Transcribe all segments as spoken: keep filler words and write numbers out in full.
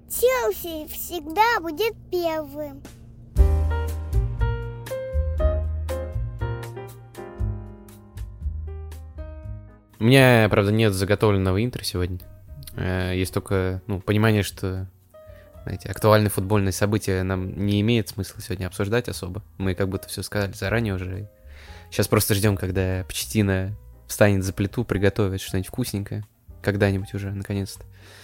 Челси всегда будет первым. У меня, правда, нет заготовленного интро сегодня. Есть только ну, понимание, что знаете, актуальные футбольные события нам не имеет смысла сегодня обсуждать особо. Мы как будто все сказали заранее уже. Сейчас просто ждем, когда Почтино встанет за плиту, приготовит что-нибудь вкусненькое. Когда-нибудь уже, наконец-то.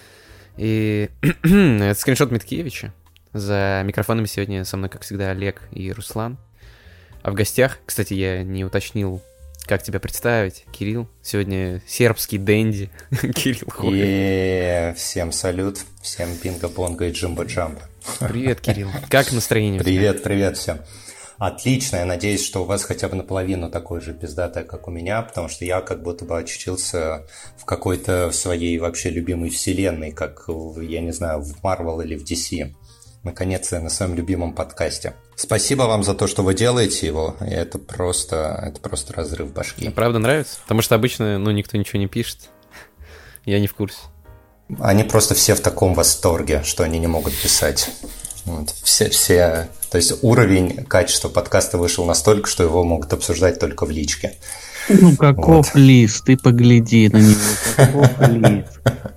И это скриншот Миткевича. За микрофонами сегодня со мной, как всегда, Олег и Руслан. А в гостях, кстати, я не уточнил, как тебя представить, Кирилл. Сегодня сербский дэнди. Кирилл Хой. И всем салют, всем бинго-бонго и джимбо-джамбо. Привет, Кирилл. Как настроение? Привет, привет всем. Отлично, я надеюсь, что у вас хотя бы наполовину такое же пиздатое, как у меня, потому что я как будто бы очутился в какой-то своей вообще любимой вселенной, как, я не знаю, в Marvel или в ди си. Наконец-то на своем любимом подкасте. Спасибо вам за то, что вы делаете его. Это просто, это просто разрыв башки. Правда нравится? Потому что обычно ну, никто ничего не пишет. Я не в курсе. Они просто все в таком восторге, что они не могут писать. Вот. Все, все... То есть уровень качества подкаста вышел настолько, что его могут обсуждать только в личке. Ну каков вот. Лист, ты погляди на него, каков лист.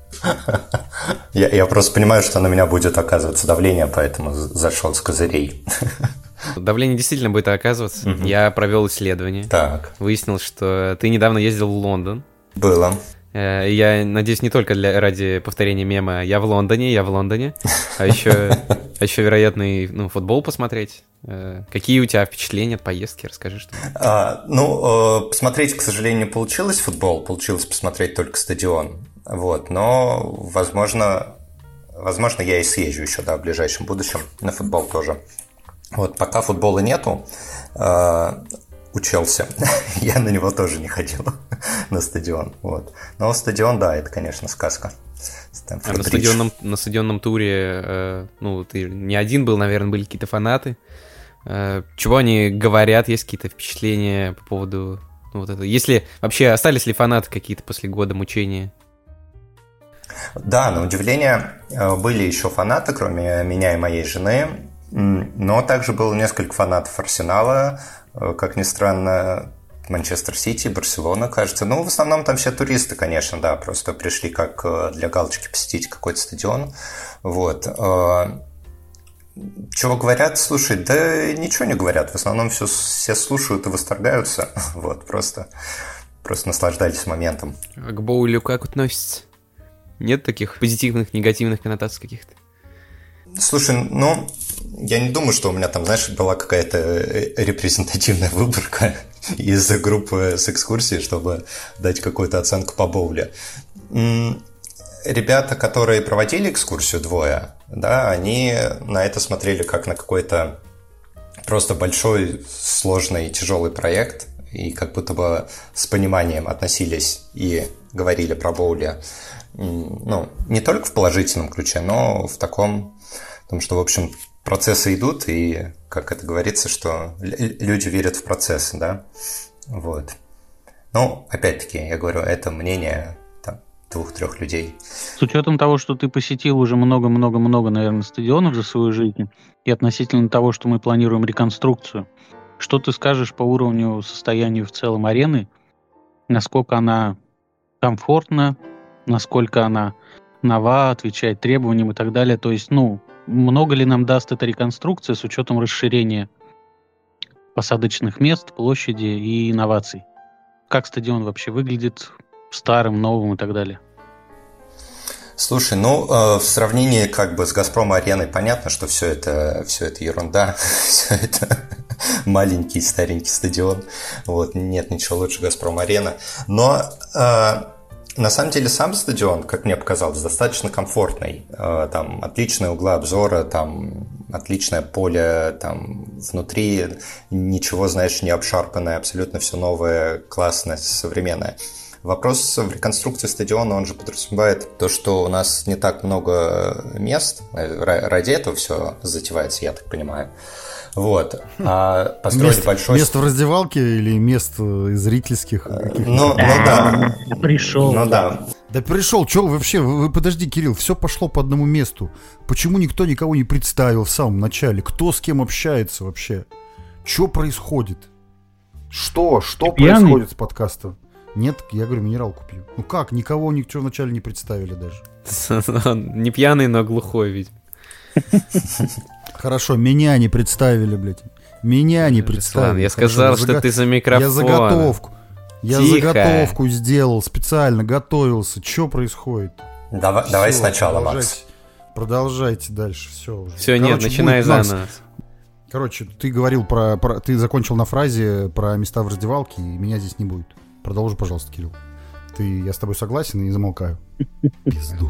Я, я просто понимаю, что на меня будет оказываться давление, поэтому зашел с козырей. Давление действительно будет оказываться. Угу. Я провел исследование. Так. Выяснил, что ты недавно ездил в Лондон. Было. Я надеюсь, не только для, ради повторения мема «Я в Лондоне, я в Лондоне», а еще, а еще вероятно, и ну, футбол посмотреть. Какие у тебя впечатления от поездки? Расскажи, что. А, ну, посмотреть, к сожалению, не получилось футбол. Получилось посмотреть только стадион. Вот, но, возможно, возможно, я и съезжу еще, да, в ближайшем будущем на футбол тоже. Вот, пока футбола нету, э, у Челси, я на него тоже не ходил, на стадион, вот. Но стадион, да, это, конечно, сказка. А на стадионном, на стадионном туре, э, ну, ты не один был, наверное, были какие-то фанаты. Э, чего они говорят, есть какие-то впечатления по поводу ну, вот этого? Если вообще остались ли фанаты какие-то после года мучения? Да, на удивление были еще фанаты, кроме меня и моей жены, но также было несколько фанатов Арсенала, как ни странно, Манчестер Сити, Барселона, кажется. Ну, в основном там все туристы, конечно, да, просто пришли как для галочки посетить какой-то стадион. Вот. Чего говорят? Слушай, да ничего не говорят, в основном все, все слушают и восторгаются, вот, просто, просто наслаждались моментом. А к боулю как относится? Нет таких позитивных, негативных коннотаций каких-то? Слушай, ну, я не думаю, что у меня там, знаешь, была какая-то репрезентативная выборка из группы с экскурсией, чтобы дать какую-то оценку по боуле. Ребята, которые проводили экскурсию, двое, да, они на это смотрели как на какой-то просто большой, сложный, тяжелый проект, и как будто бы с пониманием относились и говорили про боули. Ну, не только в положительном ключе, но в таком, потому что, в общем, процессы идут, и, как это говорится, что люди верят в процессы, да, вот. Ну, опять-таки, я говорю, это мнение там, двух-трех людей. С учетом того, что ты посетил уже много-много-много, наверное, стадионов за свою жизнь, и относительно того, что мы планируем реконструкцию, что ты скажешь по уровню, состоянию в целом арены, насколько она комфортна, насколько она нова, отвечает требованиям и так далее. То есть, ну, много ли нам даст эта реконструкция с учетом расширения посадочных мест, площади и инноваций? Как стадион вообще выглядит старым, новым и так далее? Слушай, ну, э, в сравнении как бы с «Газпром-ареной» понятно, что все это, все это ерунда, все это маленький старенький стадион, вот, нет ничего лучше «Газпром-арена», но... Э, На самом деле сам стадион, как мне показалось, достаточно комфортный. Там отличные углы обзора, там отличное поле, там внутри ничего, знаешь, не обшарпанное, абсолютно все новое, классное, современное. Вопрос в реконструкции стадиона, он же подразумевает то, что у нас не так много мест, ради этого все затевается, я так понимаю. Вот. А построить место, большой... Место в раздевалке или место зрительских? Ну, ну да. Пришел. Ну да. Да пришел, чё вообще, вы, вы подожди, Кирилл, все пошло по одному месту. Почему никто никого не представил в самом начале? Кто с кем общается вообще? Что происходит? Что? Что Ты пьяный? происходит с подкастом? Нет, я говорю, минералку пью. Ну как, никого ничего вначале не представили даже. Не пьяный, но глухой, видимо. Хорошо, меня не представили, блядь. Меня не представили. Ладно, я Хорошо, сказал, что зага- ты за микрофон. Я заготовку. Я Тихо. заготовку сделал, специально готовился. Что происходит? Давай, Всё, давай сначала, продолжайте, Макс. Продолжайте дальше, все уже. Все, нет, Короче, начинай будет, Макс, заново. Короче, ты говорил про, про... Ты закончил на фразе про места в раздевалке, и меня здесь не будет. Продолжи, пожалуйста, Кирилл. Ты, я с тобой согласен и замолкаю. Пизду.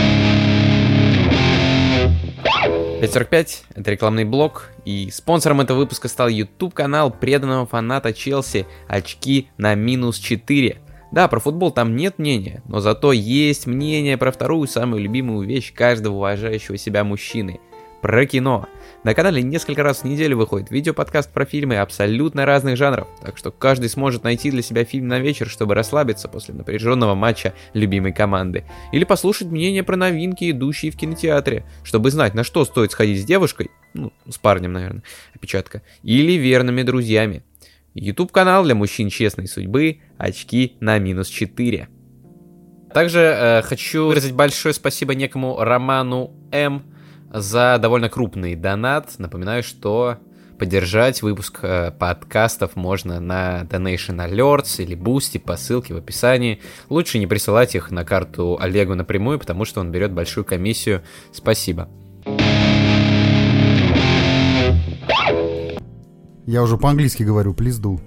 пять сорок пять — это рекламный блок, и спонсором этого выпуска стал YouTube-канал преданного фаната Челси «Очки на минус четыре». Да, про футбол там нет мнения, но зато есть мнение про вторую самую любимую вещь каждого уважающего себя мужчины – про кино. На канале несколько раз в неделю выходит видеоподкаст про фильмы абсолютно разных жанров, так что каждый сможет найти для себя фильм на вечер, чтобы расслабиться после напряженного матча любимой команды. Или послушать мнение про новинки, идущие в кинотеатре, чтобы знать, на что стоит сходить с девушкой, ну, с парнем, наверное, опечатка, или верными друзьями. YouTube-канал для мужчин честной судьбы «Очки на минус четыре». Также э, хочу выразить большое спасибо некому Роману М. за довольно крупный донат. Напоминаю, что поддержать выпуск э, подкастов можно на Donation Alerts или Boosty по ссылке в описании. Лучше не присылать их на карту Олегу напрямую, потому что он берет большую комиссию. Спасибо. Я уже по-английски говорю, please do.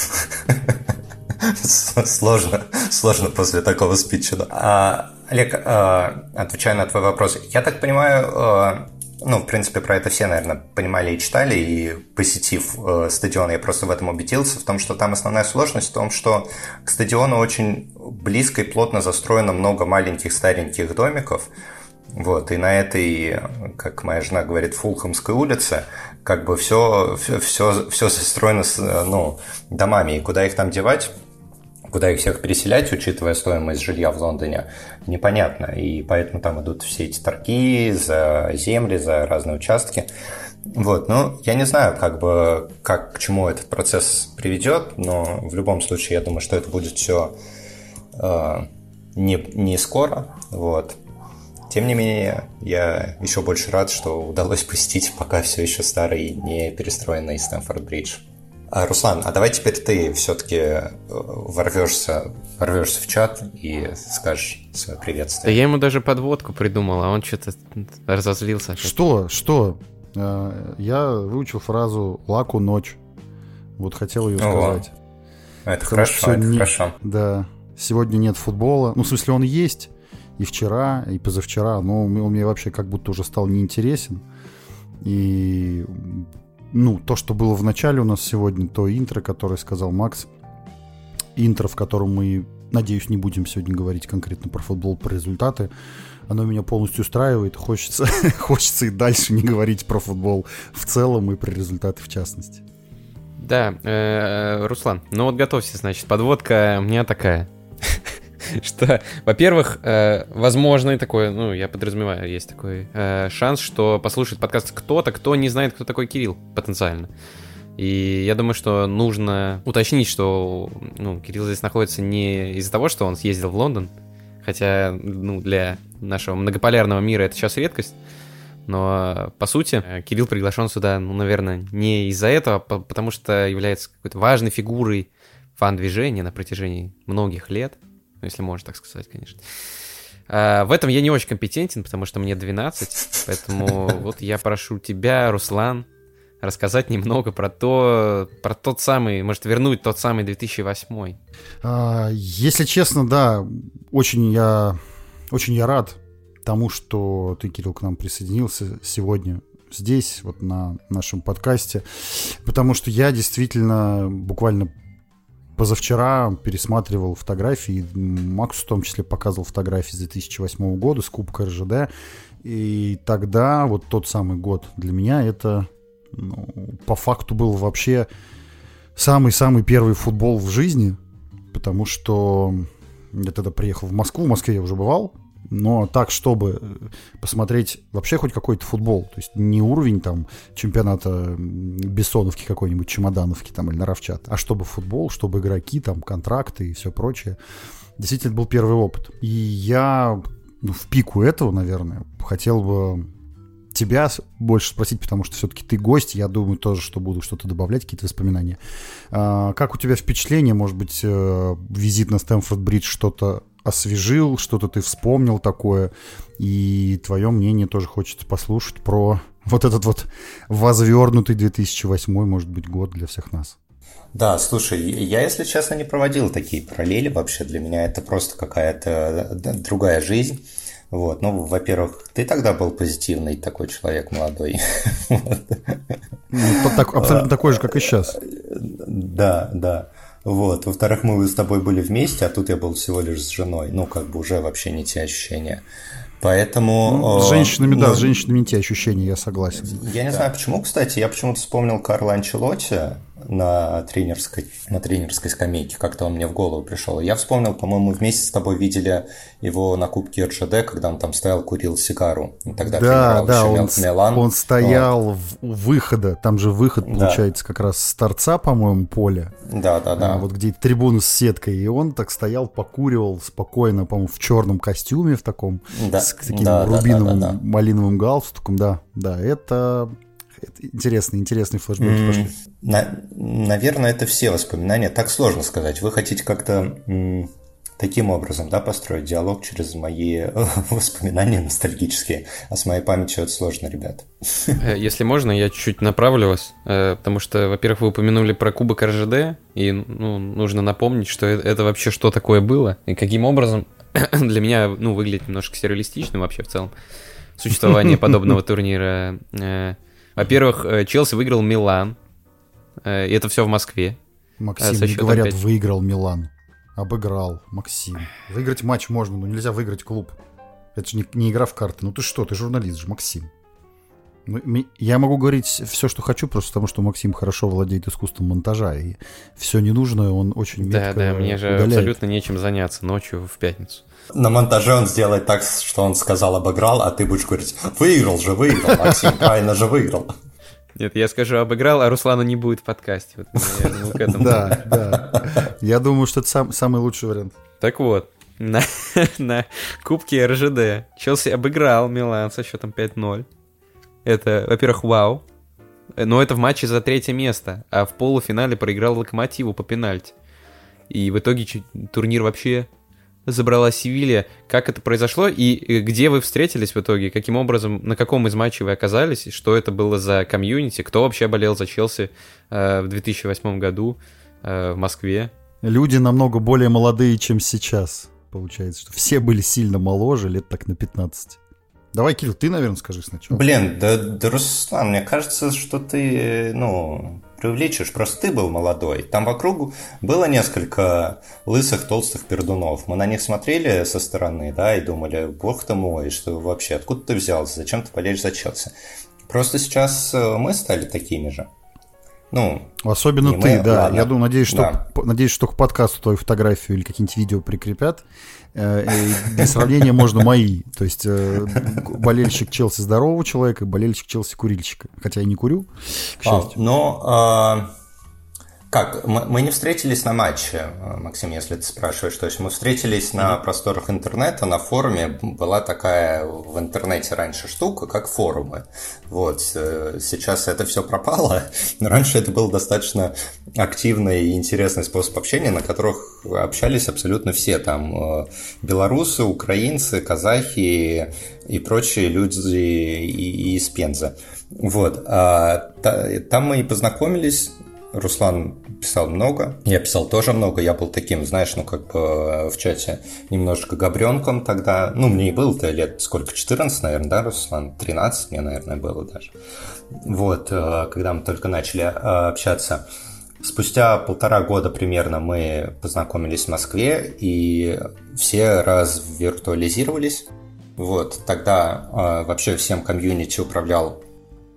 Сложно, сложно после такого спича. А, Олег, а, отвечая на твой вопрос, я так понимаю, а, ну, в принципе, про это все, наверное, понимали и читали, и посетив а, стадион, я просто в этом убедился, в том, что там основная сложность в том, что к стадиону очень близко и плотно застроено много маленьких стареньких домиков. Вот, и на этой, как моя жена говорит, Фулхамской улице, как бы все, все, все, все застроено с, ну, домами, и куда их там девать, куда их всех переселять, учитывая стоимость жилья в Лондоне, непонятно, и поэтому там идут все эти торги за земли, за разные участки. Вот, ну, я не знаю, как бы, как, к чему этот процесс приведет, но в любом случае, я думаю, что это будет все э, не, не скоро, вот. Тем не менее, я еще больше рад, что удалось посетить пока все еще старый, не перестроенный Стэмфорд-Бридж. А, Руслан, а давай теперь ты все-таки ворвешься, ворвешься в чат и скажешь свое приветствие. Да я ему даже подводку придумал, а он что-то разозлился. Что? Что? Э, Я выучил фразу «лаку ночь». Вот хотел ее сказать. О, это Потому хорошо, что это не- хорошо. Да. Сегодня нет футбола. Ну, в смысле, он есть. И вчера, и позавчера. Но он мне вообще как будто уже стал неинтересен. И... Ну, то, что было в начале у нас сегодня, то интро, которое сказал Макс. Интро, в котором мы, надеюсь, не будем сегодня говорить конкретно про футбол, про результаты. Оно меня полностью устраивает. Хочется, хочется и дальше не говорить про футбол в целом и про результаты в частности. Да, э, Руслан, ну вот готовься, значит, подводка у меня такая. Что, во-первых, э, возможно и такое, ну, я подразумеваю, есть такой э, шанс, что послушает подкаст кто-то, кто не знает, кто такой Кирилл, потенциально. И я думаю, что нужно уточнить, что, ну, Кирилл здесь находится не из-за того, что он съездил в Лондон, хотя, ну, для нашего многополярного мира это сейчас редкость, но, по сути, Кирилл приглашен сюда, ну, наверное, не из-за этого, а потому что является какой-то важной фигурой фан-движения на протяжении многих лет. Ну, если можно так сказать, конечно. А, в этом я не очень компетентен, потому что мне двенадцать, поэтому вот я прошу тебя, Руслан, рассказать немного про то, про тот самый, может, вернуть тот самый две тысячи восьмой. А, если честно, да, очень я, очень я рад тому, что ты, Кирилл, к нам присоединился сегодня здесь, вот на нашем подкасте, потому что я действительно буквально позавчера пересматривал фотографии, Максу в том числе показывал фотографии с две тысячи восьмого года, с Кубка эр жэ дэ, и тогда вот тот самый год для меня это, ну, по факту был вообще самый-самый первый футбол в жизни, потому что Я тогда приехал в Москву, в Москве я уже бывал, но так, чтобы посмотреть вообще хоть какой-то футбол, то есть не уровень там чемпионата Бессоновки какой-нибудь, Чемодановки там или Наровчат, а чтобы футбол, чтобы игроки, там контракты и все прочее. Действительно, это был первый опыт. И я ну, в пику этого, наверное, хотел бы тебя больше спросить, потому что все-таки ты гость, я думаю тоже, что буду что-то добавлять, какие-то воспоминания. А, как у тебя впечатление, может быть, визит на Стэмфорд-Бридж что-то освежил, что-то ты вспомнил такое, и твое мнение тоже хочется послушать про вот этот вот возвернутый две тысячи восьмой, может быть, год для всех нас. Да, слушай, я, если честно, не проводил такие параллели вообще. Для меня это просто какая-то другая жизнь. Вот, ну, во-первых, ты тогда был позитивный такой человек молодой. Ну, так, абсолютно такой же, как и сейчас. Да, да. Вот. Во-вторых, мы с тобой были вместе, а тут я был всего лишь с женой. Ну, как бы уже вообще не те ощущения. Поэтому... Ну, с женщинами, ну, да, с женщинами не те ощущения, я согласен. Я не да. знаю, почему, кстати, я почему-то вспомнил Карла Анчелотти на тренерской, на тренерской скамейке, как-то он мне в голову пришел. Я вспомнил, по-моему, вместе с тобой видели его на Кубке эр джэ дэ, когда он там стоял, курил сигару. Тогда да, да, он, Милан. Он стоял вот. у выхода, там же выход, получается, да. как раз с торца, по-моему, поля. Да, да, да. А, вот где трибуны с сеткой, и он так стоял, покуривал спокойно, по-моему, в черном костюме, в таком, да. с таким да, рубиновым, да, да, да. малиновым галстуком, да, да, это... Это интересные, интересные флешбеки mm, пошли. На, наверное, это все воспоминания. Так сложно сказать. Вы хотите как-то м, таким образом, да, построить диалог через мои воспоминания ностальгические. А с моей памятью это сложно, ребят. Если можно, я чуть-чуть направлю вас. Потому что, во-первых, вы упомянули про Кубок эр джэ дэ. И ну, нужно напомнить, что это вообще что такое было. И каким образом для меня ну, выглядит немножко сюрреалистичным вообще в целом существование подобного турнира. Во-первых, Челси выиграл Милан, и это все в Москве. Максим, не говорят, пять... выиграл Милан, обыграл, Максим. Выиграть матч можно, но нельзя выиграть клуб. Это же не, не игра в карты. Ну ты что, ты журналист же, Максим. Я могу говорить все, что хочу, просто потому что Максим хорошо владеет искусством монтажа, и все ненужное он очень метко Да, да, мне же удаляет. Абсолютно нечем заняться ночью в пятницу. На монтаже он сделает так, что он сказал обыграл, а ты будешь говорить, выиграл же, выиграл, Максим, правильно же выиграл. Нет, я скажу обыграл, а Руслана не будет в подкасте. Вот, я думаю, к этому. Да, да. Я думаю, что это сам, самый лучший вариант. Так вот, на, на Кубке эр джэ дэ Челси обыграл Милан со счетом пять ноль. Это, во-первых, вау. Но это в матче за третье место. А в полуфинале проиграл Локомотиву по пенальти. И в итоге турнир вообще забрала Севилья. Как это произошло? И где вы встретились в итоге? Каким образом, на каком из матчей вы оказались? Что это было за комьюнити? Кто вообще болел за Челси э, в две тысячи восьмом году э, в Москве? Люди намного более молодые, чем сейчас. Получается, что все были сильно моложе, лет так на пятнадцать. Давай, Кирилл, ты, наверное, скажи сначала. Блин, да, да, Руслан, мне кажется, что ты, ну, преувеличишь. Просто ты был молодой. Там вокруг было несколько лысых, толстых пердунов. Мы на них смотрели со стороны, да, и думали, бог ты мой, что вообще, откуда ты взялся, зачем ты болеешь за Челси? Просто сейчас мы стали такими же. Ну, особенно ты, мы, да. Ладно. Я думаю, надеюсь, что, да. надеюсь, что к подкасту твою фотографию или какие-нибудь видео прикрепят. Для сравнения можно мои. То есть болельщик Челси здорового человека и болельщик Челси курильщика. Хотя я не курю, к счастью. А, но а, как? Мы, мы не встретились на матче, Максим, если ты спрашиваешь. То есть мы встретились mm-hmm. на просторах интернета, на форуме. Была такая в интернете раньше штука, как форумы. Вот. Сейчас это все пропало. Но раньше это был достаточно активный и интересный способ общения, на которых общались абсолютно все. Там белорусы, украинцы, казахи и прочие люди из Пензы. Вот. А там мы и познакомились. Руслан писал много, я писал тоже много, я был таким, знаешь, ну как бы в чате немножко габренком тогда, ну мне и было-то лет сколько, четырнадцать, наверное, да, Руслан? тринадцать мне, наверное, было даже. Вот, когда мы только начали общаться. Спустя полтора года примерно мы познакомились в Москве и все развиртуализировались. Вот, тогда вообще всем комьюнити управлял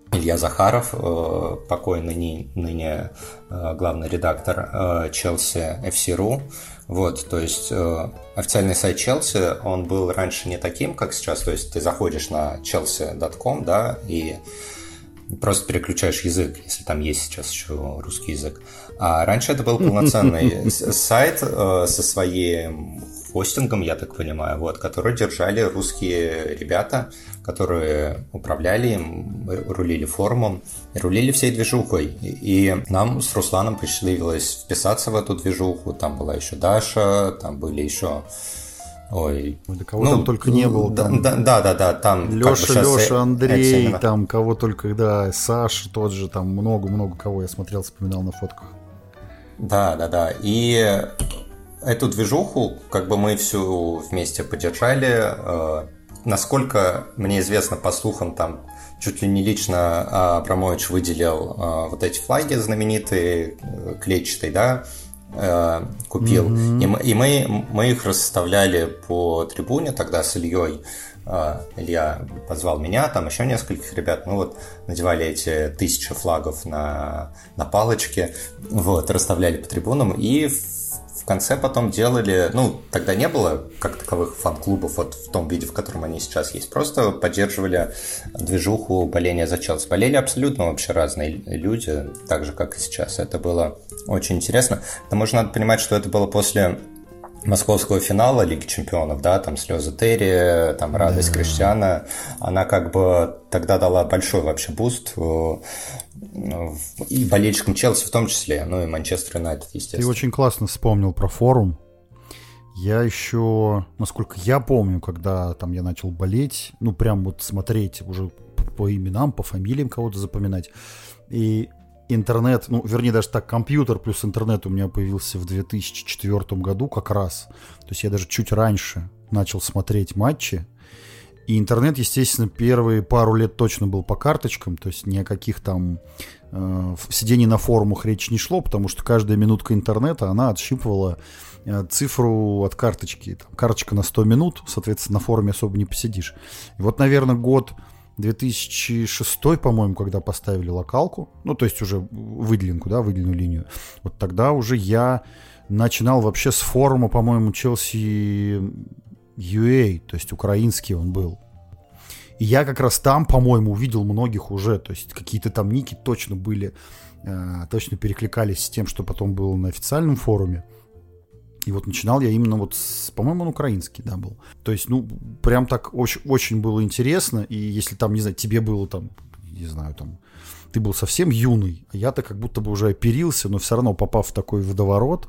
Илья Захаров, покойный ныне, ныне главный редактор Челси эф си точка ру. Вот, то есть официальный сайт Челси, он был раньше не таким, как сейчас. То есть ты заходишь на челси точка ком, да, и просто переключаешь язык, если там есть сейчас еще русский язык. А раньше это был полноценный сайт со своим хостингом, я так понимаю, вот, который держали русские ребята, которые управляли им, рулили форумом, рулили всей движухой. И нам с Русланом посчастливилось вписаться в эту движуху. Там была еще Даша, там были еще... Ой, да кого ну, там только не было. Да, там... да, да, да, да, там... Леша, как бы Леша, Андрей, именно... там кого только, да, Саша тот же, там много-много кого я смотрел, вспоминал на фотках. Да, да, да, и эту движуху как бы мы всю вместе поддержали. Насколько мне известно, по слухам, там чуть ли не лично Абрамович выделил вот эти флаги знаменитые, клетчатые, да, купил. Mm-hmm. И, мы, и мы, мы их расставляли по трибуне тогда с Ильей. Илья позвал меня, там еще нескольких ребят. Ну вот, надевали эти тысячи флагов на, на палочки, вот, расставляли по трибунам. И в, в конце потом делали... Ну, тогда не было как таковых фан-клубов вот в том виде, в котором они сейчас есть. Просто поддерживали движуху боления за Челси. Болели абсолютно вообще разные люди, так же, как и сейчас. Это было очень интересно. К тому же надо понимать, что это было после московского финала Лиги Чемпионов, да, там слезы Терри, там радость yeah. Криштиана. Она как бы тогда дала большой вообще буст и болельщикам Челси в том числе, ну и Манчестер Юнайтед, естественно. Ты очень классно вспомнил про форум. Я еще, насколько я помню, когда там я начал болеть, ну прям вот смотреть уже по именам, по фамилиям кого-то запоминать, и интернет, ну, вернее, даже так, компьютер плюс интернет у меня появился в две тысячи четвёртом году как раз. То есть я даже чуть раньше начал смотреть матчи. И интернет, естественно, первые пару лет точно был по карточкам. То есть ни о каких там э, сидений на форумах речи не шло, потому что каждая минутка интернета, она отщипывала э, цифру от карточки. Там, карточка на сто минут, соответственно, на форуме особо не посидишь. И вот, наверное, год... две тысячи шестой, по-моему, когда поставили локалку, ну, то есть уже выделенку, да, выделенную линию, вот тогда уже я начинал вообще с форума, по-моему, Челси ю эй, то есть украинский он был. И я как раз там, по-моему, увидел многих уже, то есть какие-то там ники точно были, э, точно перекликались с тем, что потом было на официальном форуме. И вот начинал я именно вот с, по-моему, он украинский, да, был. То есть, ну, прям так очень, очень было интересно. И если там, не знаю, тебе было там, не знаю, там, ты был совсем юный, а я-то как будто бы уже оперился, но все равно, попав в такой водоворот,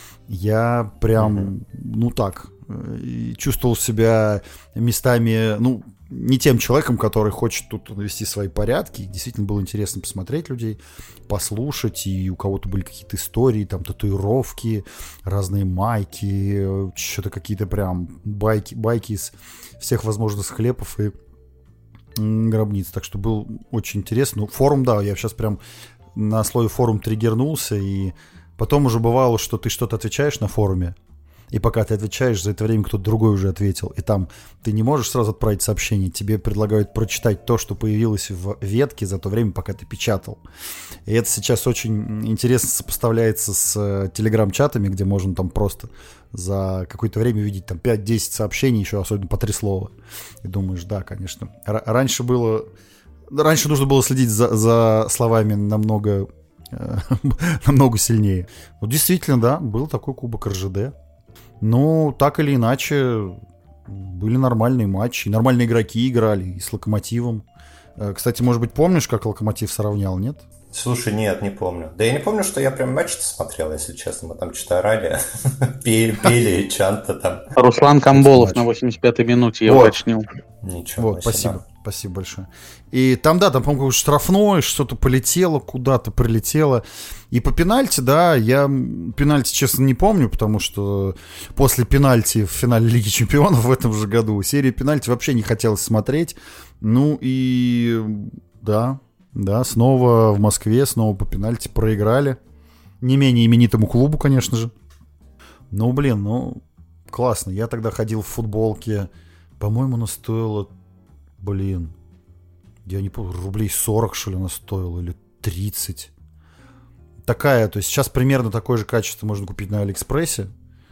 я прям, mm-hmm. ну так, чувствовал себя местами, ну, не тем человеком, который хочет тут навести свои порядки. Действительно было интересно посмотреть людей, послушать, и у кого-то были какие-то истории, там татуировки, разные майки, что-то какие-то прям байки, байки из всех возможных склепов и гробниц. Так что был очень интересно. Ну, форум, да, я сейчас прям на слове форум триггернулся, и потом уже бывало, что ты что-то отвечаешь на форуме, и пока ты отвечаешь, за это время кто-то другой уже ответил. И там ты не можешь сразу отправить сообщение. Тебе предлагают прочитать то, что появилось в ветке за то время, пока ты печатал. И это сейчас очень интересно сопоставляется с телеграм-чатами, где можно там просто за какое-то время увидеть там пять-десять сообщений, еще особенно по три слова. И думаешь, да, конечно. Р- раньше было... Раньше нужно было следить за, за словами намного, намного сильнее. Вот действительно, да, был такой кубок эр жэ дэ. Ну, так или иначе, были нормальные матчи, нормальные игроки играли, и с Локомотивом. Кстати, может быть, помнишь, как Локомотив сравнял, нет? Слушай, нет, не помню. Да я не помню, что я прям матч-то смотрел, если честно. Мы там что-то орали, пели, чанта там. Руслан Камболов на восемьдесят пятой минуте я уточнил. Ничего. Вот, спасибо. Спасибо большое. И там, да, там, по-моему, штрафной, что-то полетело, куда-то прилетело. И по пенальти, да, я пенальти, честно, не помню, потому что после пенальти в финале Лиги Чемпионов в этом же году серии пенальти вообще не хотелось смотреть. Ну и да, да, снова в Москве, снова по пенальти проиграли. Не менее именитому клубу, конечно же. Ну, блин, ну, классно. Я тогда ходил в футболке, по-моему, она стоила... Блин, Я не помню, рублей сорок, что ли, она стоила, или тридцать. Такая, то есть сейчас примерно такое же качество можно купить на Алиэкспрессе.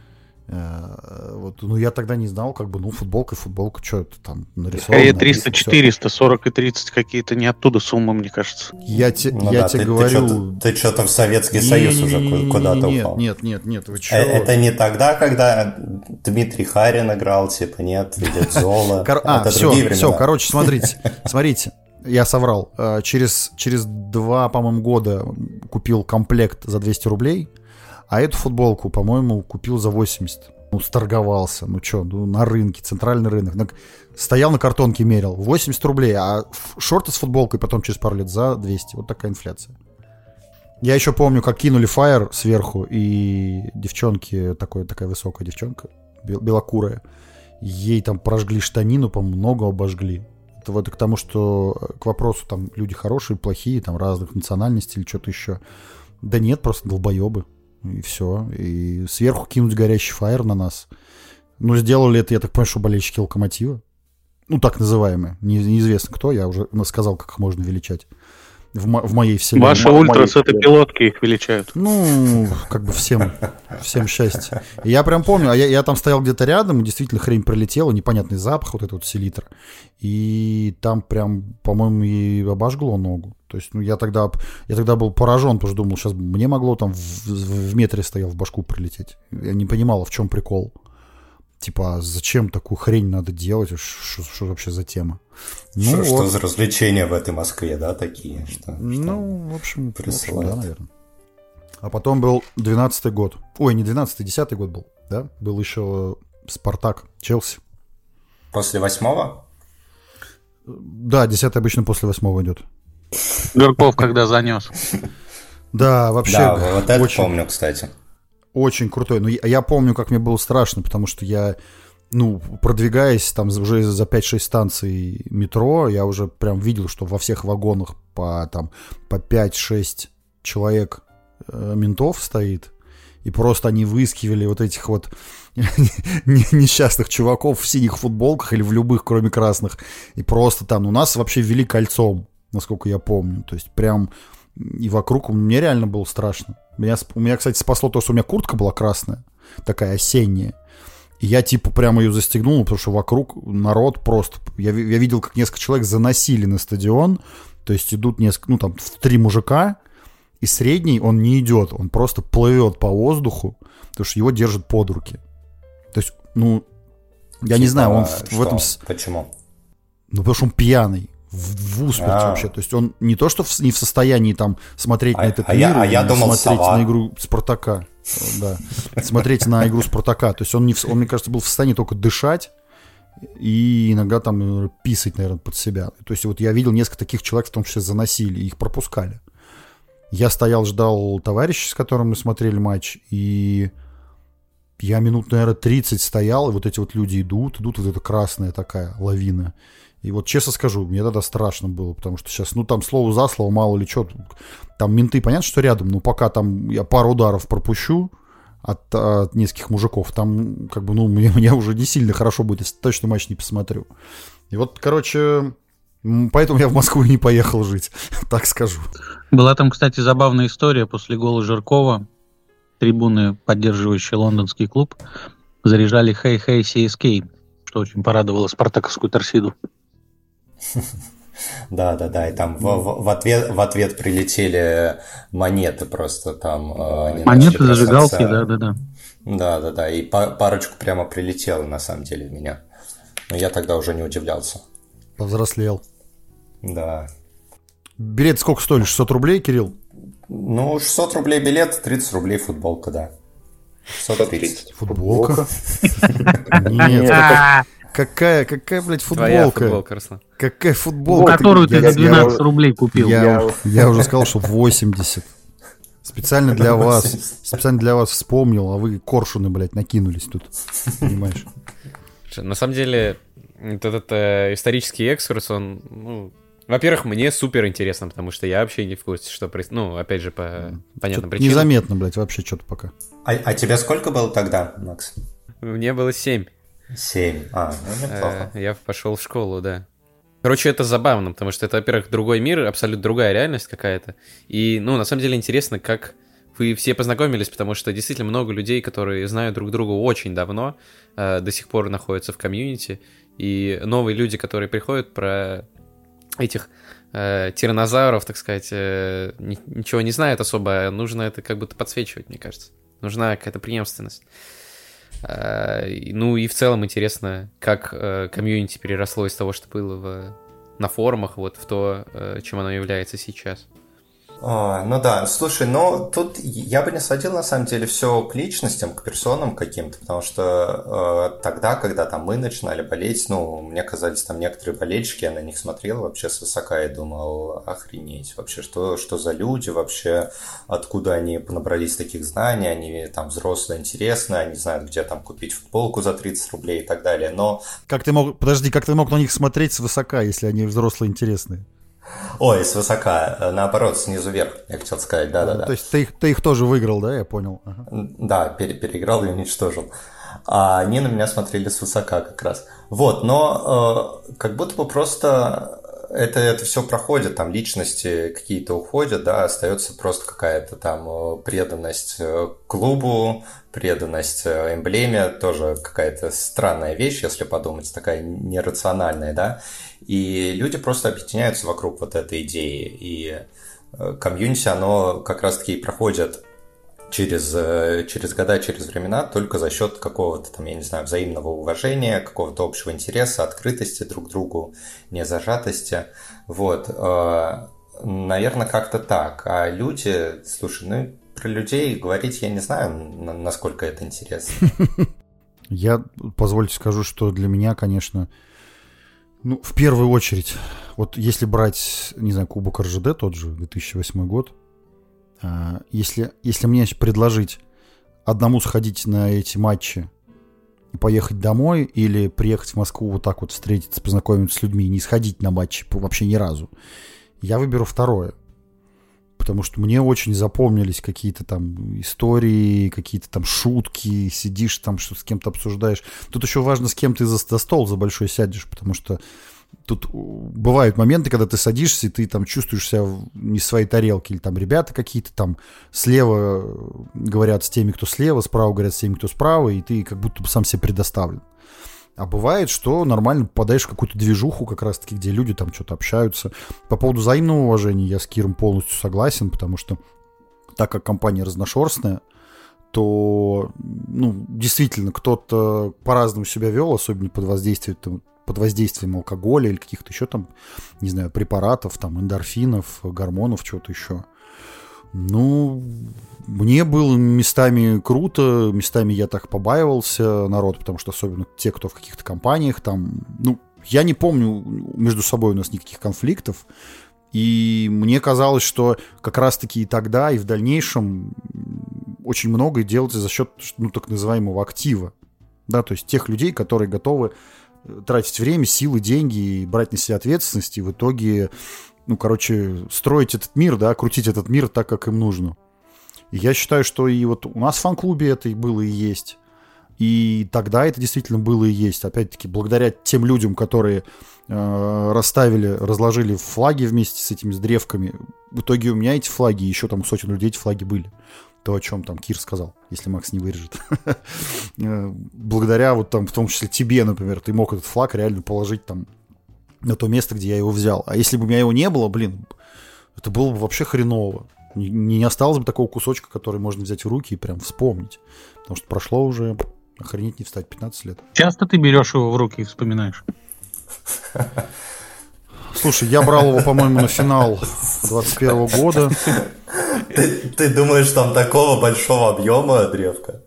Вот, ну, я тогда не знал, как бы, ну, футболка и футболка, что это там нарисовано. Скорее триста-четыреста, сорок и тридцать какие-то не оттуда суммы, мне кажется. Я, те, ну, я да, тебе ты, говорю... Ты что-то в Советский не, Союз не, уже не, не, куда-то нет, упал. Нет, нет, нет, вы чё? Это не тогда, когда Дмитрий Харин играл, типа, нет, или Зола. А, все, все, короче, смотрите, смотрите. Я соврал. Через, через два, по-моему, года купил комплект за двести рублей, а эту футболку, по-моему, купил за восемьдесят. Ну, сторговался. Ну, что, ну, на рынке, центральный рынок. Стоял на картонке, мерил. восемьдесят рублей, а шорты с футболкой потом через пару лет за двести. Вот такая инфляция. Я еще помню, как кинули фаер сверху, и девчонки, такой, такая высокая девчонка, белокурая, ей там прожгли штанину, по-моему, ногу обожгли. Это вот к тому, что к вопросу, там, люди хорошие, плохие, там, разных национальностей или что-то еще. Да нет, просто долбоебы. И все. И сверху кинуть горящий фаер на нас. Ну, сделали это, я так понимаю, что болельщики Локомотива. Ну, так называемые. Не, неизвестно кто, я уже сказал, как их можно величать. В, мо- в моей вселенной. Ваши ультрас — это пилотки, их величают. Ну, как бы всем, всем счастье. И я прям помню, а я, я там стоял где-то рядом, и действительно хрень пролетела, непонятный запах, вот этот вот селитр. И там прям, по-моему, и обожгло ногу. То есть, ну, я тогда, я тогда был поражен, потому что думал, сейчас мне могло там в, в, в метре стоял в башку прилететь. Я не понимал, в чем прикол. Типа, а зачем такую хрень надо делать? Что, что вообще за тема? Ну, что, вот. Что за развлечения в этой Москве, да, такие? Что, ну, что в общем, присылают. в общем, да, наверное. А потом был двенадцатый год. Ой, не двенадцатый, десятый год был, да? Был еще Спартак, Челси. После восьмого? Да, десятый обычно после восьмого идет. Гурков когда занес. Да, вообще. Да, вот это очень, помню, кстати. Очень крутой. Но я, я помню, как мне было страшно, потому что я, ну, продвигаясь там уже за пять-шесть станций метро, я уже прям видел, что во всех вагонах по, там, по пять-шесть человек э, ментов стоит. И просто они выискивали вот этих вот несчастных чуваков в синих футболках или в любых, кроме красных. И просто там, у нас вообще ввели кольцом, насколько я помню. То есть прям и вокруг мне реально было страшно. Меня, у меня, кстати, спасло то, что у меня куртка была красная, такая осенняя. И я типа прямо ее застегнул, потому что вокруг народ просто... Я, я видел, как несколько человек заносили на стадион. То есть идут несколько, ну там три мужика, и средний он не идет, он просто плывет по воздуху, потому что его держат под руки. То есть, ну, я типа, не знаю, он в, в этом... Почему? Ну, потому что он пьяный. В, в усмерть А-а-а. вообще. То есть он не то, что в, не в состоянии там смотреть а, на этот а мир, я, а я думал, смотреть сова. на игру Спартака. Да. Смотреть на игру Спартака. То есть он, не в, он, мне кажется, был в состоянии только дышать и иногда там писать, наверное, под себя. То есть вот я видел несколько таких человек, в том числе заносили, и их пропускали. Я стоял, ждал товарища, с которым мы смотрели матч, и я минут, наверное, тридцать стоял, и вот эти вот люди идут, идут, вот эта красная такая лавина. И вот честно скажу, мне тогда страшно было, потому что сейчас, ну, там слово за слово, мало ли что, там менты, понятно, что рядом, но пока там я пару ударов пропущу от, от нескольких мужиков, там, как бы, ну, мне, мне уже не сильно хорошо будет, если точно матч не посмотрю. И вот, короче, поэтому я в Москву и не поехал жить, так скажу. Была там, кстати, забавная история. После гола Жиркова трибуны, поддерживающие лондонский клуб, заряжали «Хей-хей си эс кей», что очень порадовало спартаковскую торсиду. Да, да, да, и там в, в, в, ответ, в ответ прилетели монеты просто там. Э, монеты, зажигалки, да, да, да. Да, да, да, и парочку прямо прилетело на самом деле в меня. Но я тогда уже не удивлялся. Повзрослел. Да. Билет сколько стоили? шестьсот рублей, Кирилл? Ну, шестьсот рублей билет, тридцать рублей футболка, да. шестьсот тридцать. Футболка? Нет, какая, какая, блядь, футболка? Твоя футболка, Руслан. Какая футболка? Которую ты за двенадцать рублей купил. Я, я уже сказал, что восемьдесят. Специально для вас. Специально для вас вспомнил, а вы коршуны, блядь, накинулись тут. Понимаешь? На самом деле, этот э, исторический экскурс, он, ну, во-первых, мне супер интересно, потому что я вообще не в курсе, что происходит. Ну, опять же, по понятным причинам. Незаметно, блядь, вообще что-то пока. А, а тебе сколько было тогда, Макс? Мне было семь. Семь. А, ну неплохо. Я пошел в школу, да. Короче, это забавно, потому что это, во-первых, другой мир, абсолютно другая реальность какая-то. И, ну, на самом деле интересно, как вы все познакомились, потому что действительно много людей, которые знают друг друга очень давно, э, до сих пор находятся в комьюнити. И новые люди, которые приходят, про этих э, тираннозавров, так сказать, э, ни, ничего не знают особо. Нужно это как будто подсвечивать, мне кажется. Нужна какая-то преемственность. Э, ну и в целом интересно, как э, комьюнити переросло из того, что было в, на форумах, вот в то, э, чем оно является сейчас. А, ну да, слушай, ну тут я бы не сводил на самом деле все к личностям, к персонам каким-то, потому что э, тогда, когда там мы начинали болеть, ну, мне казались там некоторые болельщики, я на них смотрел вообще свысока и думал, охренеть, вообще, что, что за люди вообще, откуда они набрались таких знаний, они там взрослые, интересные, они знают, где там купить футболку за тридцать рублей и так далее, но... Как ты мог, подожди, как ты мог на них смотреть свысока, если они взрослые, интересные? Ой, свысока, наоборот, снизу вверх, я хотел сказать, да-да-да. То есть ты их, ты их тоже выиграл, да, я понял? Ага. Да, пере- переиграл и уничтожил. А они на меня смотрели свысока как раз. Вот, но э, как будто бы просто это, это все проходит, там личности какие-то уходят, да, остается просто какая-то там преданность клубу, преданность эмблеме, тоже какая-то странная вещь, если подумать, такая нерациональная, да, и люди просто объединяются вокруг вот этой идеи, и комьюнити, оно как раз-таки и проходит через, через года, через времена только за счет какого-то там, я не знаю, взаимного уважения, какого-то общего интереса, открытости друг к другу, незажатости. Вот. Наверное, как-то так. А люди, слушай, ну про людей говорить я не знаю, насколько это интересно. Я, позвольте скажу, что для меня, конечно, ну, в первую очередь, вот если брать, не знаю, Кубок эр жэ дэ, тот же две тысячи восьмой год, Если, если мне предложить одному сходить на эти матчи, поехать домой или приехать в Москву вот так вот встретиться, познакомиться с людьми и не сходить на матчи вообще ни разу, я выберу второе. Потому что мне очень запомнились какие-то там истории, какие-то там шутки, сидишь там, что с кем-то обсуждаешь. Тут еще важно, с кем ты за, за стол за большой сядешь, потому что тут бывают моменты, когда ты садишься, и ты там чувствуешь себя не в своей тарелке, или там ребята какие-то там слева говорят с теми, кто слева, справа говорят с теми, кто справа, и ты как будто бы сам себе предоставлен. А бывает, что нормально попадаешь в какую-то движуху, как раз-таки, где люди там что-то общаются. По поводу взаимного уважения я с Киром полностью согласен, потому что так как компания разношерстная, то, ну, действительно, кто-то по-разному себя вел, особенно под воздействием там, под воздействием алкоголя или каких-то еще там, не знаю, препаратов, там, эндорфинов, гормонов, чего-то еще. Ну, мне было местами круто, местами я так побаивался народ, потому что особенно те, кто в каких-то компаниях там, ну, я не помню между собой у нас никаких конфликтов, и мне казалось, что как раз-таки и тогда, и в дальнейшем очень многое делается за счет, ну, так называемого актива, да, то есть тех людей, которые готовы тратить время, силы, деньги и брать на себя ответственность, и в итоге, ну, короче, строить этот мир, да, крутить этот мир так, как им нужно. И я считаю, что и вот у нас в фан-клубе это и было, и есть. И тогда это действительно было и есть. Опять-таки, благодаря тем людям, которые э, расставили, разложили флаги вместе с этими с древками, в итоге у меня эти флаги, еще там у сотен людей эти флаги были. То, о чем там Кир сказал, если Макс не вырежет. Благодаря вот там, в том числе тебе, например, ты мог этот флаг реально положить там на то место, где я его взял. А если бы у меня его не было, блин, это было бы вообще хреново. Не, не осталось бы такого кусочка, который можно взять в руки и прям вспомнить. Потому что прошло уже, охренеть не встать, пятнадцать лет. Часто ты берешь его в руки и вспоминаешь? Слушай, я брал его, по-моему, на финал двадцать первого года. Ты, ты думаешь, там такого большого объема древка?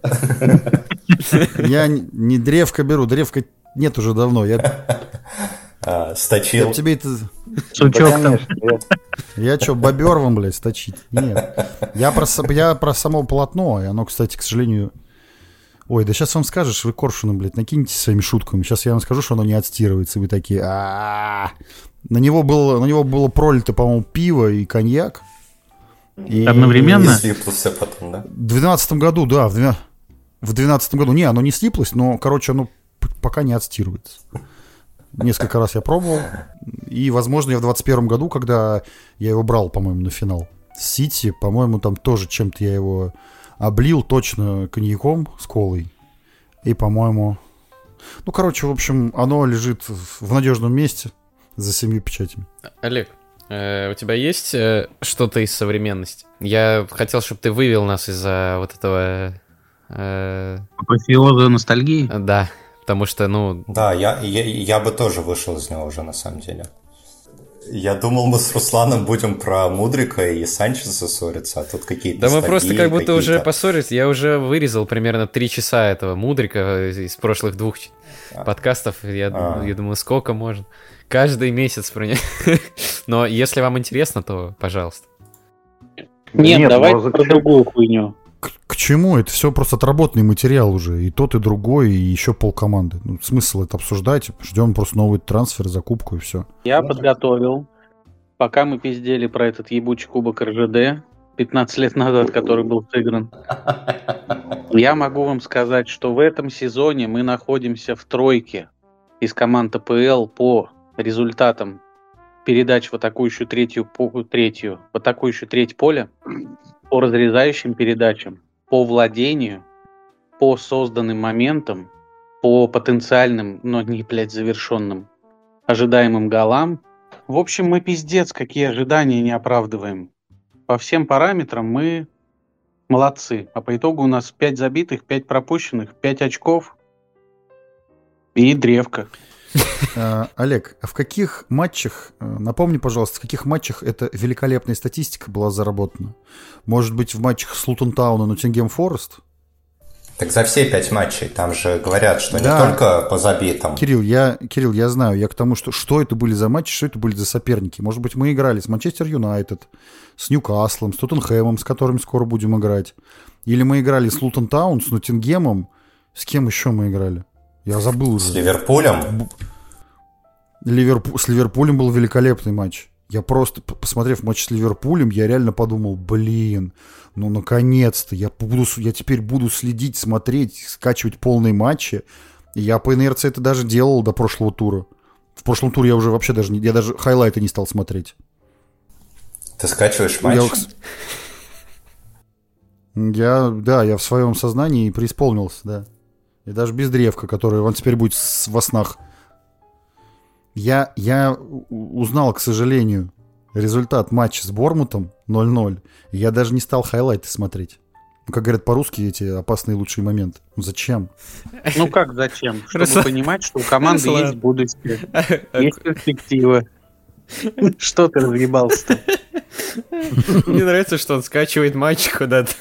Я не древко беру, древка нет уже давно. Я... А, сточил. Я тебе это... Сучок там. Я что, бобер вам, блядь, сточить? Нет. Я про, я про само полотно, и оно, кстати, к сожалению... Ой, да сейчас вам скажешь, вы коршуном, блядь, накиньтесь своими шутками. Сейчас я вам скажу, что оно не отстирывается, и вы такие... А-а-а. На него было, на него было пролито, по-моему, пиво и коньяк. И... Одновременно? И слиплось все потом, да? В двенадцатом году, да, в, две... в двенадцатом году. Не, оно не слиплось, но, короче, оно п- пока не отстирывается. Несколько раз я пробовал. И, возможно, я в двадцать первом году, когда я его брал, по-моему, на финал с Сити, по-моему, там тоже чем-то я его облил, точно коньяком с колой. И, по-моему... Ну, короче, в общем, оно лежит в надежном месте за семью печатями. Олег, э, у тебя есть э, что-то из современности? Я хотел, чтобы ты вывел нас из-за вот этого... Э... Апофеоза ностальгии? Да, потому что, ну... Да, я, я, я бы тоже вышел из него уже, на самом деле. Я думал, мы с Русланом будем про Мудрика и Санчеса ссориться, а тут какие-то... Да мы просто как будто какие-то... уже поссорились. Я уже вырезал примерно три часа этого Мудрика из прошлых двух а. подкастов. Я, а. я думаю, сколько можно. Каждый месяц про него. Но если вам интересно, то пожалуйста. Нет, Нет давай про другую хуйню. К, к чему? Это все просто отработанный материал уже. И тот, и другой, и еще полкоманды. Ну, смысл это обсуждать. Ждем просто новый трансфер, закупку и все. Я подготовил. Пока мы пиздели про этот ебучий кубок эр жэ дэ пятнадцать лет назад, который был сыгран, я могу вам сказать, что в этом сезоне мы находимся в тройке из команд а пэ эл по результатам передач в атакующую третью, по, третью, в атакующую треть поля, по разрезающим передачам, по владению, по созданным моментам, по потенциальным, но не, блядь, завершенным ожидаемым голам. В общем, мы пиздец, какие ожидания не оправдываем. По всем параметрам мы молодцы. А по итогу у нас пять забитых, пять пропущенных, пять очков и древко. Олег, а в каких матчах, напомни, пожалуйста, в каких матчах эта великолепная статистика была заработана? Может быть, в матчах с Лутон Таун и Ноттингем Форест? Так за все пять матчей. Там же говорят, что да. не только по забитым. Кирилл я, Кирилл, я знаю. Я к тому, что что это были за матчи, что это были за соперники. Может быть, мы играли с Манчестер Юнайтед, с Ньюкаслом, с Тоттенхэмом, с которыми скоро будем играть. Или мы играли с Лутон Таун, с Ноттингемом. С кем еще мы играли? Я забыл уже. С Ливерпулем? Ливерпу... С Ливерпулем был великолепный матч. Я просто, посмотрев матч с Ливерпулем, я реально подумал, блин, ну наконец-то, я, буду, я теперь буду следить, смотреть, скачивать полные матчи. И я по инерции это даже делал до прошлого тура. В прошлом туре я уже вообще даже, не, я даже хайлайты не стал смотреть. Ты скачиваешь матч? Я, я, да, я в своем сознании преисполнился, да. И даже без древка, который он теперь будет во снах. Я, я узнал, к сожалению, результат матча с Бормутом ноль ноль. И я даже не стал хайлайты смотреть. Ну, как говорят по-русски, эти опасные лучшие моменты. Ну, зачем? Ну, как зачем? Чтобы Руслан... понимать, что у команды Руслан... есть будущее. Есть перспектива. Что ты разъебался-то? Мне нравится, что он скачивает матч куда-то.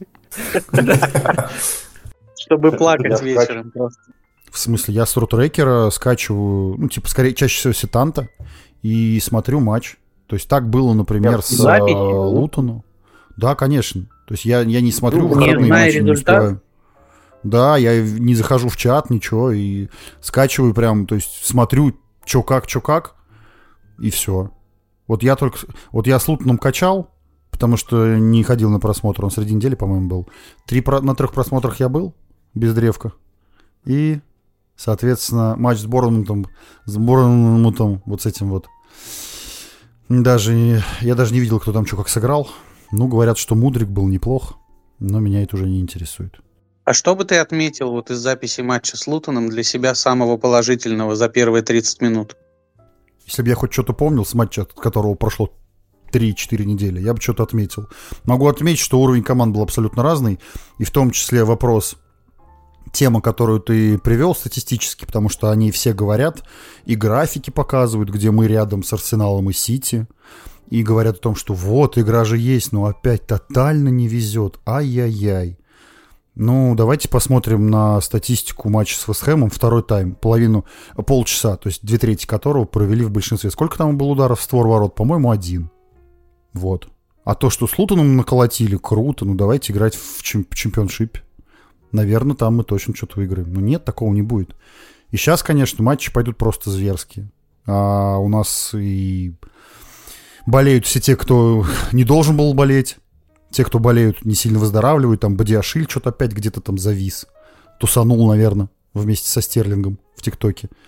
Чтобы плакать вечером просто. В смысле, я с рутрекера скачиваю, ну, типа, скорее, чаще всего сетанта, и смотрю матч. То есть так было, например, я с э, Лутону. Да, конечно. То есть я, я не смотрю выходные матчи, не успеваю. Да, я не захожу в чат, ничего, и скачиваю прям, то есть смотрю, чё как, чё как, и все. Вот я только, вот я с Лутоном качал, потому что не ходил на просмотр, он среди недели, по-моему, был. Три, на трех просмотрах я был, без древка. И... Соответственно, матч с Борнмутом, с Борнмутом, вот с этим вот. Даже, я даже не видел, кто там что как сыграл. Ну, говорят, что Мудрик был неплох, но меня это уже не интересует. А что бы ты отметил вот из записи матча с Лутоном для себя самого положительного за первые тридцать минут? Если бы я хоть что-то помнил с матча, от которого прошло три-четыре недели, я бы что-то отметил. Могу отметить, что уровень команд был абсолютно разный, и в том числе вопрос... Тема, которую ты привел статистически, потому что они все говорят, и графики показывают, где мы рядом с Арсеналом и Сити, и говорят о том, что вот, игра же есть, но опять тотально не везет, ай-яй-яй. Ну, давайте посмотрим на статистику матча с Вест Хэмом, второй тайм, половину, полчаса, то есть две трети которого провели в большинстве. Сколько там было ударов в створ ворот? По-моему, один. Вот. А то, что с Лутоном наколотили, круто, ну давайте играть в чемп- чемпионшипе. Наверное, там мы точно что-то выиграем. Но нет, такого не будет. И сейчас, конечно, матчи пойдут просто зверские. А у нас и болеют все те, кто не должен был болеть. Те, кто болеют, не сильно выздоравливают. Там Бадиашиль что-то опять где-то там завис. Тусанул, наверное, вместе со Стерлингом в ТикТоке.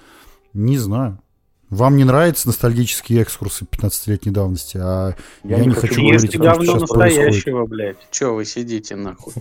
Не знаю. Вам не нравятся ностальгические экскурсы пятнадцатилетней давности, а я, я не хочу, хочу говорить о том, что сейчас настоящего, блядь. Чё вы сидите, нахуй?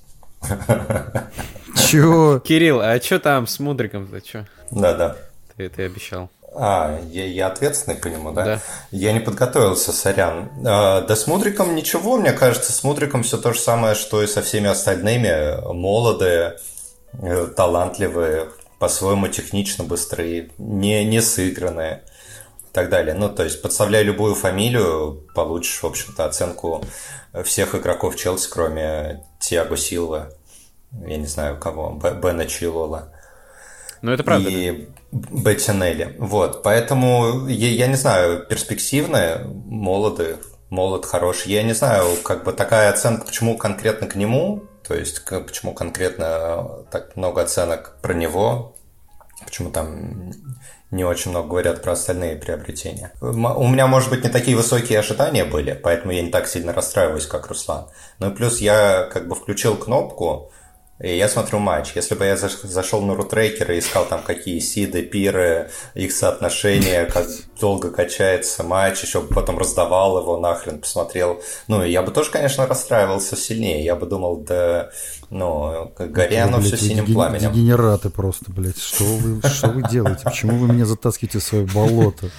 Чё? Кирилл, а чё там с Мудриком-то, чё? Да-да. Ты, ты обещал. А, я, я ответственный по нему, да? Да. Я не подготовился, сорян. А, да с Мудриком ничего, мне кажется, с Мудриком все то же самое, что и со всеми остальными. Молодые, талантливые, по-своему технично быстрые, не, не сыгранные и так далее. Ну, то есть, подставляя любую фамилию, получишь, в общем-то, оценку всех игроков Челси, кроме Тиаго Силвы, я не знаю кого, Бена Чилола. Ну, это правда. И Беттинелли. Вот, поэтому, я, я не знаю, перспективные, молодые, молод хороший. Я не знаю, как бы такая оценка, почему конкретно к нему, то есть почему конкретно так много оценок про него, почему там не очень много говорят про остальные приобретения. У меня, может быть, не такие высокие ожидания были, поэтому я не так сильно расстраиваюсь, как Руслан. Ну и плюс я как бы включил кнопку, и я смотрю матч. Если бы я зашел на рутрекер и искал там какие сиды, пиры, их соотношения, как долго качается матч, еще потом раздавал его нахрен, посмотрел. Ну, я бы тоже, конечно, расстраивался сильнее. Я бы думал, да, ну, горя оно все синим дегенераты пламенем. Дегенераты просто, блядь. Что вы, что вы делаете? Почему вы меня затаскиваете в свое болото?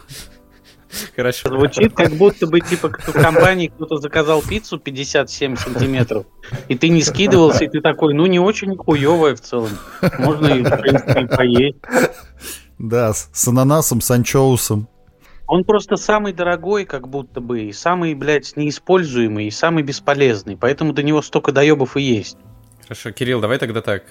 Хорошо. Звучит, как будто бы типа в компании кто-то заказал пиццу пятьдесят семь сантиметров, и ты не скидывался, и ты такой, ну не очень хуёвая в целом. Можно и, в принципе, поесть. Да, с, с ананасом, с анчоусом. Он просто самый дорогой, как будто бы, и самый, блядь, неиспользуемый, и самый бесполезный. Поэтому до него столько доебов и есть. Хорошо, Кирилл, давай тогда так.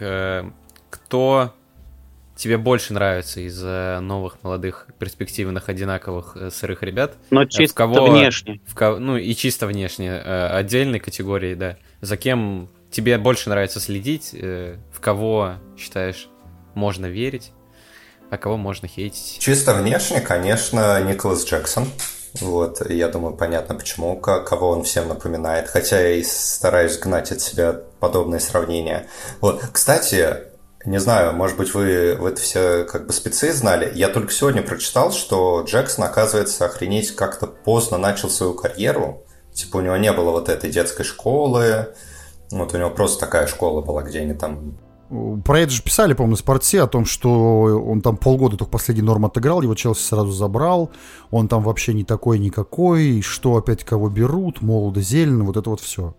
Кто тебе больше нравится из новых, молодых, перспективных, одинаковых сырых ребят? Но чисто в кого, внешне. В кого, ну и чисто внешне. Отдельной категории, да. За кем тебе больше нравится следить? В кого, считаешь, можно верить? А кого можно хейтить? Чисто внешне, конечно, Николас Джексон. Вот, я думаю, понятно, почему, кого он всем напоминает. Хотя я и стараюсь гнать от себя подобные сравнения. Вот, кстати, не знаю, может быть, вы, вы это все как бы спецы знали. Я только сегодня прочитал, что Джексон, оказывается, охренеть как-то поздно начал свою карьеру. Типа у него не было вот этой детской школы. Вот у него просто такая школа была, где они там... Про это же писали, по-моему, на Спорте, о том, что он там полгода только последний норм отыграл, его Челси сразу забрал, он там вообще не такой никакой, что опять кого берут, молодо, зелено, вот это вот все.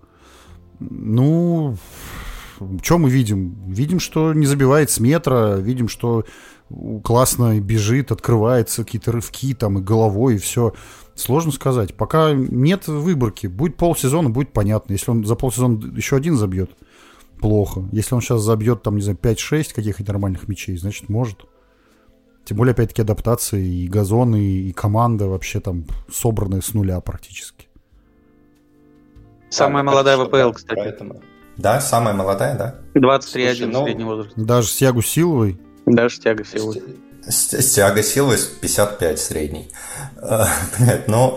Ну... Что мы видим? Видим, что не забивает с метра, видим, что классно бежит, открывается, какие-то рывки там и головой, и все. Сложно сказать. Пока нет выборки. Будет полсезона, будет понятно. Если он за полсезона еще один забьет, плохо. Если он сейчас забьет, там, не знаю, пять-шесть каких-то нормальных мячей, значит, может. Тем более, опять-таки, адаптации, и газоны, и команда вообще там собранная с нуля практически. Самая молодая в АПЛ, кстати. Поэтому... Да, самая молодая, да? двадцать три один ну, средний возраст. Даже с Тиаго Силвой? Даже с Тиаго Силвой. С, с Тиаго Силвой пятьдесят пять средний. Понятно, но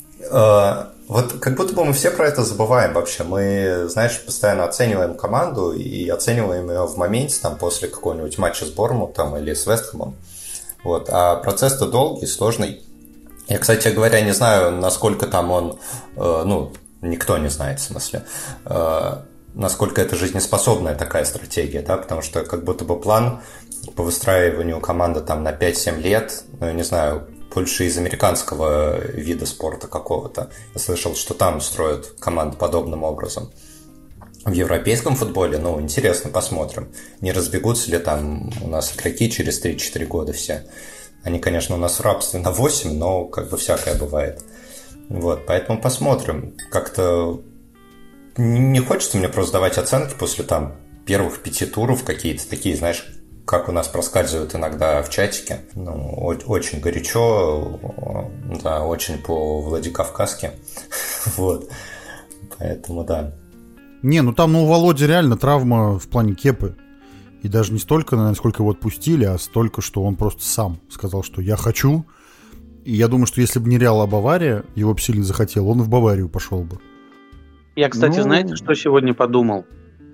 вот как будто бы мы все про это забываем вообще. Мы, знаешь, постоянно оцениваем команду и оцениваем ее в моменте, там, после какого-нибудь матча с Борнмутом или с Вестхэмом. Вот. А процесс-то долгий, сложный. Я, кстати говоря, не знаю, насколько там он, ну, никто не знает, в смысле, насколько это жизнеспособная такая стратегия, да, потому что как будто бы план по выстраиванию команды там на пять-семь лет, ну, я не знаю, больше из американского вида спорта какого-то. Я слышал, что там строят команды подобным образом. В европейском футболе, ну, интересно, посмотрим. Не разбегутся ли там у нас игроки через три-четыре года все. Они, конечно, у нас в рабстве на восемь, но как бы всякое бывает. Вот, поэтому посмотрим. Как-то не хочется мне просто давать оценки после там первых пяти туров какие-то такие, знаешь, как у нас проскальзывают иногда в чатике. Ну, очень горячо, да, очень по-владикавказски. Вот. Поэтому, да. Не, ну там, ну, у Володи реально травма в плане кепы. И даже не столько, наверное, сколько его отпустили, а столько, что он просто сам сказал, что я хочу. И я думаю, что если бы не Реал, а Бавария, его бы сильно захотел, он и в Баварию пошел бы. Я, кстати, ну... знаете, что сегодня подумал?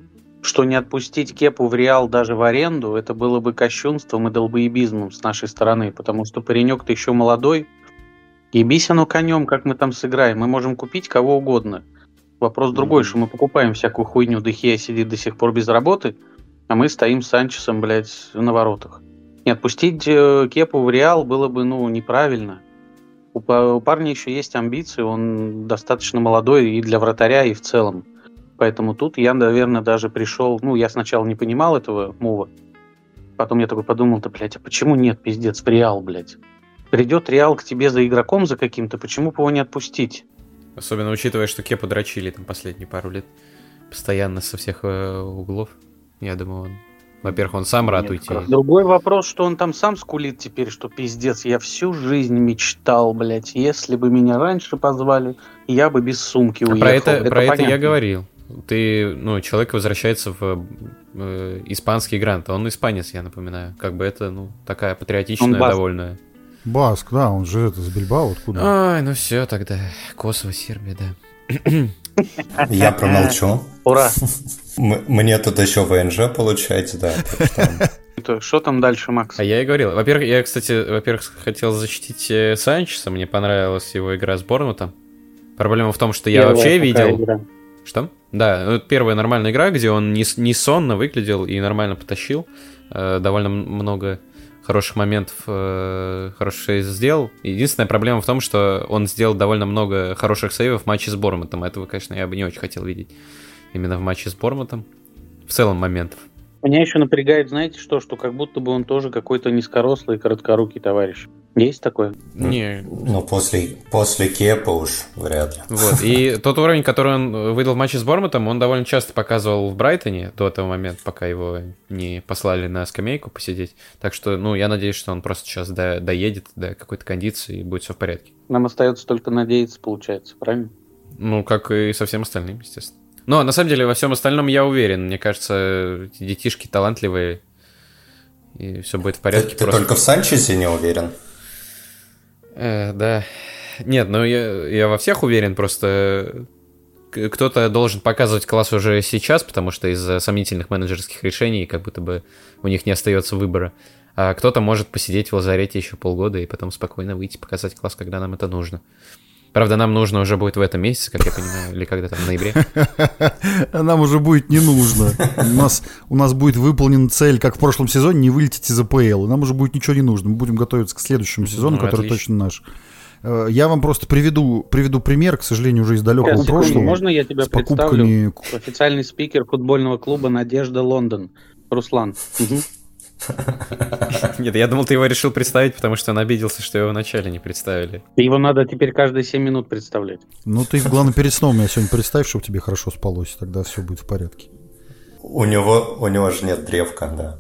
что не отпустить Кепу в Реал даже в аренду, это было бы кощунством и долбоебизмом с нашей стороны, потому что паренек-то еще молодой. Ебись оно конем, как мы там сыграем. Мы можем купить кого угодно. Вопрос mm-hmm. другой, что мы покупаем всякую хуйню. Дехея сидит до сих пор без работы, а мы стоим с Санчесом, блядь, на воротах. Не отпустить э, Кепу в Реал было бы, ну, неправильно. У, у парня еще есть амбиции, он достаточно молодой и для вратаря, и в целом. Поэтому тут я, наверное, даже пришел... Ну, я сначала не понимал этого мува. Потом я такой подумал, да, блядь, а почему нет, пиздец, в Реал, блядь? Придет Реал к тебе за игроком, за каким-то, почему бы его не отпустить? Особенно учитывая, что Кепу дрочили там последние пару лет. Постоянно со всех э, углов. Я думаю, он... Во-первых, он сам рад Нет, уйти. Другой вопрос, что он там сам скулит теперь, что пиздец, я всю жизнь мечтал, блядь, если бы меня раньше позвали, я бы без сумки уехал. Про это, это, про это я понятно. говорил. Ты, ну, человек возвращается в э, испанский грант, а он испанец, я напоминаю. Как бы это, ну, такая патриотичная, довольно... Баск, да, он же это, с Бильбао, откуда? Ай, ну все тогда. Косово, Сербия, да. Я промолчу. Ура! М- Мне тут еще ВНЖ получается, да. так что- Что там дальше, Макс? А я и говорил. Во-первых, я, кстати, во-первых, хотел защитить э, Санчеса. Мне понравилась его игра с Борнмутом. Проблема в том, что я Первая вообще такая видел... игра. Что? Да, ну, это первая нормальная игра, где он не, с- не сонно выглядел и нормально потащил. Э, довольно м- много хороших моментов, э, хороших сейвов сделал. Единственная проблема в том, что он сделал довольно много хороших сейвов в матче с Борнмутом. Этого, конечно, я бы не очень хотел видеть именно в матче с Борнмутом. В целом моментов. Меня еще напрягает, знаете что, что как будто бы он тоже какой-то низкорослый, короткорукий товарищ. Есть такое? Не, Ну, после, после Кепа уж вряд ли. вот. И тот уровень, который он выдал в матче с Бормутом, он довольно часто показывал в Брайтоне до того момента, пока его не послали на скамейку посидеть. Так что, ну, я надеюсь, что он просто сейчас до, доедет до какой-то кондиции и будет все в порядке. Нам остается только надеяться, получается, правильно? Ну, как и со всем остальным, естественно. Но, на самом деле, во всем остальном я уверен. Мне кажется, эти детишки талантливые, и все будет в порядке. Ты, ты просто... только в Санчесе не уверен? Э, да. Нет, ну я, я во всех уверен, просто кто-то должен показывать класс уже сейчас, потому что из-за сомнительных менеджерских решений как будто бы у них не остается выбора. А кто-то может посидеть в лазарете еще полгода и потом спокойно выйти, показать класс, когда нам это нужно. Правда, нам нужно уже будет в этом месяце, как я понимаю, или когда там, в ноябре. Нам уже будет не нужно. У нас, у нас будет выполнена цель, как в прошлом сезоне, не вылететь из АПЛ. Нам уже будет ничего не нужно. Мы будем готовиться к следующему сезону, Ну, который отлично. точно наш. Я вам просто приведу, приведу пример, к сожалению, уже из далекого Сейчас, секунду, прошлого. можно я тебя с представлю? покупками... Официальный спикер футбольного клуба «Надежда Лондон». Руслан. Мгм. Нет, я думал, ты его решил представить, потому что он обиделся, что его вначале не представили. Его надо теперь каждые семь минут представлять. Ну, ты, главное, перед сном меня сегодня представь, чтобы тебе хорошо спалось, тогда все будет в порядке. У него, у него же нет древка, да.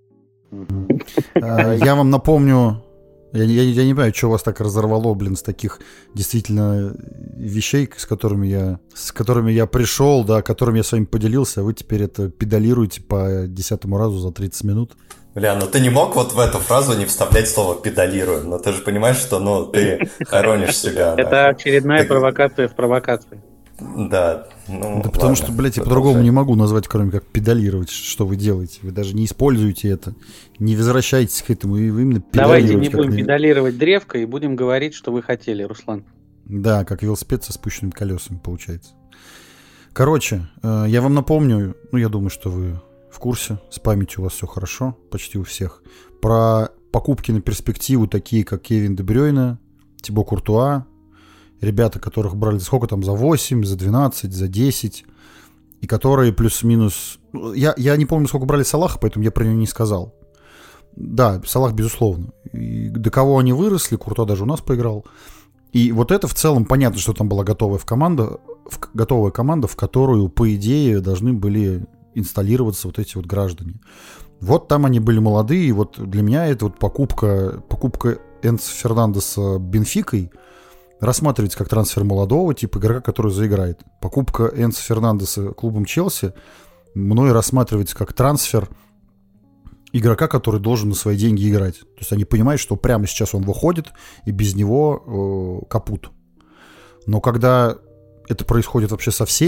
А, Я вам напомню, я, я- я не понимаю, что вас так разорвало, блин, с таких действительно вещей, с которыми я, с которыми я пришел, да, которыми я с вами поделился, а вы теперь это педалируете по десятому разу за тридцать минут. Бля, ну ты не мог вот в эту фразу не вставлять слово «педалирую», но ты же понимаешь, что, ну, ты хоронишь себя. Это да. очередная Так- провокация в провокации. Да, ну Да потому ладно, что, блядь, я продолжай. по-другому не могу назвать, кроме как педалировать, что вы делаете. Вы даже не используете это, не возвращаетесь к этому, и вы именно Давайте педалируете. не как будем на- педалировать древко и будем говорить, что вы хотели, Руслан. Да, как велосипед со спущенными колесами получается. Короче, э, я вам напомню, ну, я думаю, что вы в курсе, с памятью у вас все хорошо, почти у всех, про покупки на перспективу, такие как Кевин Де Брюйне, Тибо Куртуа, ребята, которых брали за сколько там, за восемь, за двенадцать, за десять, и которые плюс-минус... ну, Я, я не помню, сколько брали Салаха, поэтому я про него не сказал. Да, Салах, безусловно. И до кого они выросли, Куртуа даже у нас поиграл. И вот это в целом понятно, что там была готовая в команда, в, готовая команда, в которую, по идее, должны были инсталлироваться вот эти вот граждане. Вот там они были молодые, и вот для меня это вот покупка, покупка Энцо Фернандеса Бенфикой рассматривается как трансфер молодого, типа игрока, который заиграет. Покупка Энцо Фернандеса клубом Челси мной рассматривается как трансфер игрока, который должен на свои деньги играть. То есть они понимают, что прямо сейчас он выходит, и без него э, капут. Но когда это происходит вообще со всеми,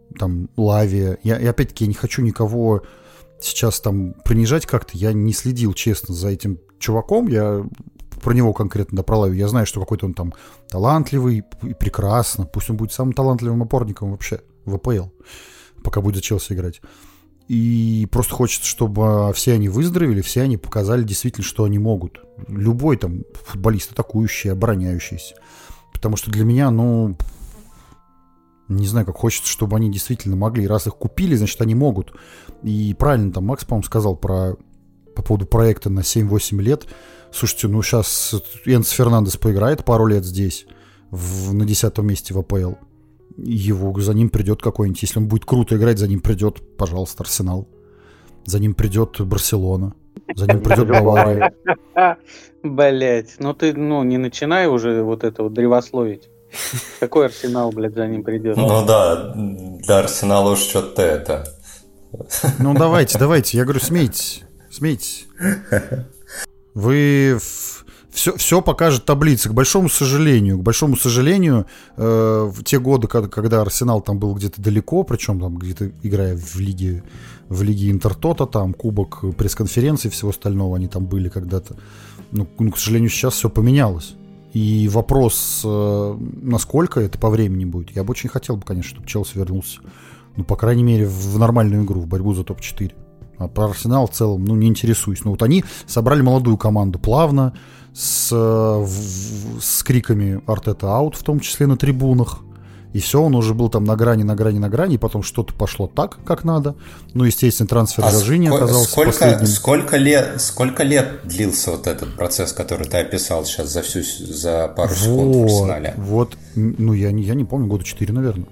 там Лавия. Я, и опять-таки я не хочу никого сейчас там принижать как-то. Я не следил, честно, за этим чуваком. Я про него конкретно, да, про Лавию. Я знаю, что какой-то он там талантливый и прекрасно. Пусть он будет самым талантливым опорником вообще в АПЛ, пока будет за Челси играть. И просто хочется, чтобы все они выздоровели, все они показали действительно, что они могут. Любой там футболист, атакующий, обороняющийся. Потому что для меня, ну, не знаю, как хочется, чтобы они действительно могли. Раз их купили, значит, они могут. И правильно там Макс, по-моему, сказал про, по поводу проекта на семь-восемь лет. Слушайте, ну сейчас Энс Фернандес поиграет пару лет здесь, в, на десятом месте в АПЛ. Его, за ним придет какой-нибудь, если он будет круто играть, за ним придет, пожалуйста, Арсенал. За ним придет Барселона. За ним придет Бавария. Блять, ну ты, ну, не начинай уже вот это вот древословить. Какой Арсенал, блядь, за ним придет? Ну да, для Арсенала уж что-то это. Ну давайте, давайте, я говорю, смейтесь, смейтесь. Вы... Все, все покажет таблица. К большому сожалению, к большому сожалению, э, в те годы, когда, когда Арсенал там был где-то далеко, причем там где-то играя в лиге, в лиге Интертота, там кубок пресс-конференции и всего остального, они там были когда-то. Ну, к сожалению, сейчас все поменялось. И вопрос, э, насколько это по времени будет. Я бы очень хотел, бы, конечно, чтобы Челси вернулся, ну, по крайней мере, в нормальную игру, в борьбу за топ четыре. А про Арсенал в целом, ну, не интересуюсь. Но вот они собрали молодую команду плавно, с, в, с криками Артета аут, в том числе на трибунах. И все, он уже был там на грани, на грани, на грани, и потом что-то пошло так, как надо. Ну, естественно, трансфер а Жоржини ско- оказался сколько, последним. Сколько лет, сколько лет длился вот этот процесс, который ты описал сейчас за всю за пару вот, секунд в Арсенале? Вот, ну, я не, я не помню, года четыре, наверное.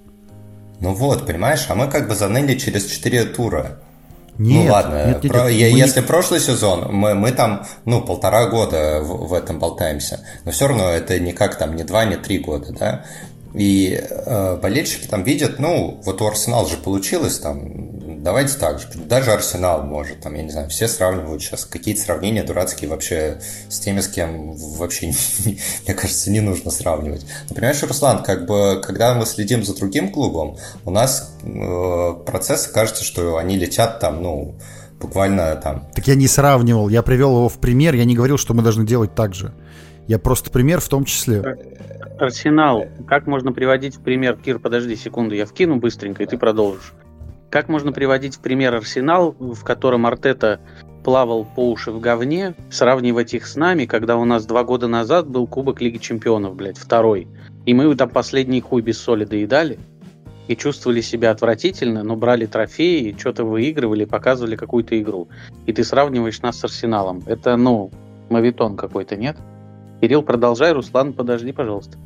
Ну вот, понимаешь, а мы как бы заныли через четыре тура. Нет, ну ладно, нет, нет, про, нет, я, мы... если прошлый сезон, мы, мы там, ну, полтора года в, в этом болтаемся, но все равно это никак там не два, не три года, да, и э, болельщики там видят, ну, вот у Арсенала же получилось там, давайте так же, даже Арсенал может, там, я не знаю, все сравнивают сейчас, какие-то сравнения дурацкие вообще с теми, с кем вообще, мне кажется, не нужно сравнивать. Но понимаешь, Руслан, как бы, когда мы следим за другим клубом, у нас э, процессы, кажется, что они летят там, ну, буквально там... Так я не сравнивал, я привел его в пример, я не говорил, что мы должны делать так же. Я просто пример в том числе... Арсенал. Как можно приводить в пример... Кир, подожди секунду, я вкину быстренько, и ты продолжишь. Как можно приводить в пример Арсенал, в котором Артета плавал по уши в говне, сравнивать их с нами, когда у нас два года назад был Кубок Лиги Чемпионов, блядь, второй. И мы там последний хуй без соли доедали и чувствовали себя отвратительно, но брали трофеи, что-то выигрывали, показывали какую-то игру. И ты сравниваешь нас с Арсеналом. Это, ну, моветон какой-то, нет? Кирилл, продолжай. Руслан, подожди, пожалуйста.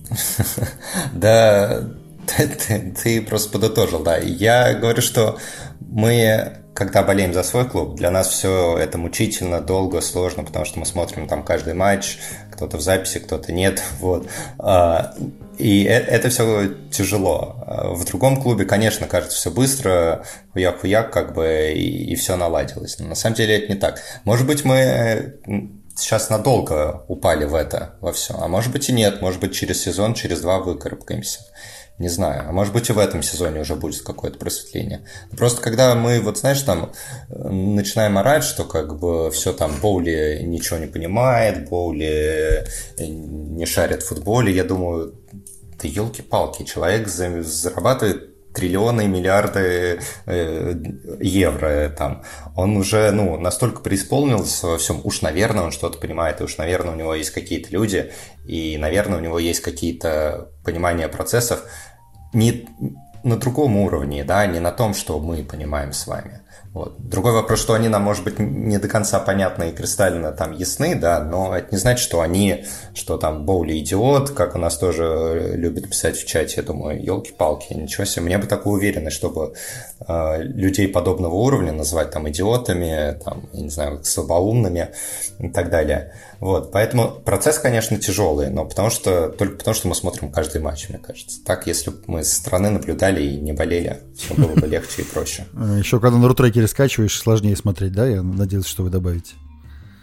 Да, ты просто подытожил, да. Я говорю, что мы, когда болеем за свой клуб, для нас все это мучительно, долго, сложно, потому что мы смотрим там каждый матч, кто-то в записи, кто-то нет, вот. И это все тяжело. В другом клубе, конечно, кажется, все быстро, хуяк-хуяк, как бы, и, и все наладилось. Но на самом деле это не так. Может быть, мы сейчас надолго упали в это, во все. А может быть и нет. Может быть, через сезон, через два выкарабкаемся. Не знаю. А может быть, и в этом сезоне уже будет какое-то просветление. Просто когда мы, вот знаешь, там начинаем орать, что как бы все там Боули ничего не понимает, Боули не шарит в футболе, я думаю, да елки-палки, человек зарабатывает триллионы, миллиарды э, евро там. Он уже, ну, настолько преисполнился во всем. Уж, наверное, он что-то понимает, и уж, наверное, у него есть какие-то люди, и, наверное, у него есть какие-то понимания процессов не на другом уровне, да, не на том, что мы понимаем с вами. Вот. Другой вопрос, что они нам, может быть, не до конца понятны и кристально там ясны, да, но это не значит, что они, что там Боули идиот, как у нас тоже любят писать в чате. Я думаю, елки-палки, ничего себе, мне бы такой уверенность, чтобы э, людей подобного уровня называть там идиотами, там, я не знаю, слабоумными и так далее. Вот, поэтому процесс, конечно, тяжелый, но потому что, только потому что мы смотрим каждый матч, мне кажется. Так, если бы мы со стороны наблюдали и не болели, все было бы легче и проще. Еще когда на рутрекере скачиваешь, сложнее смотреть, да? Я надеюсь, что вы добавите.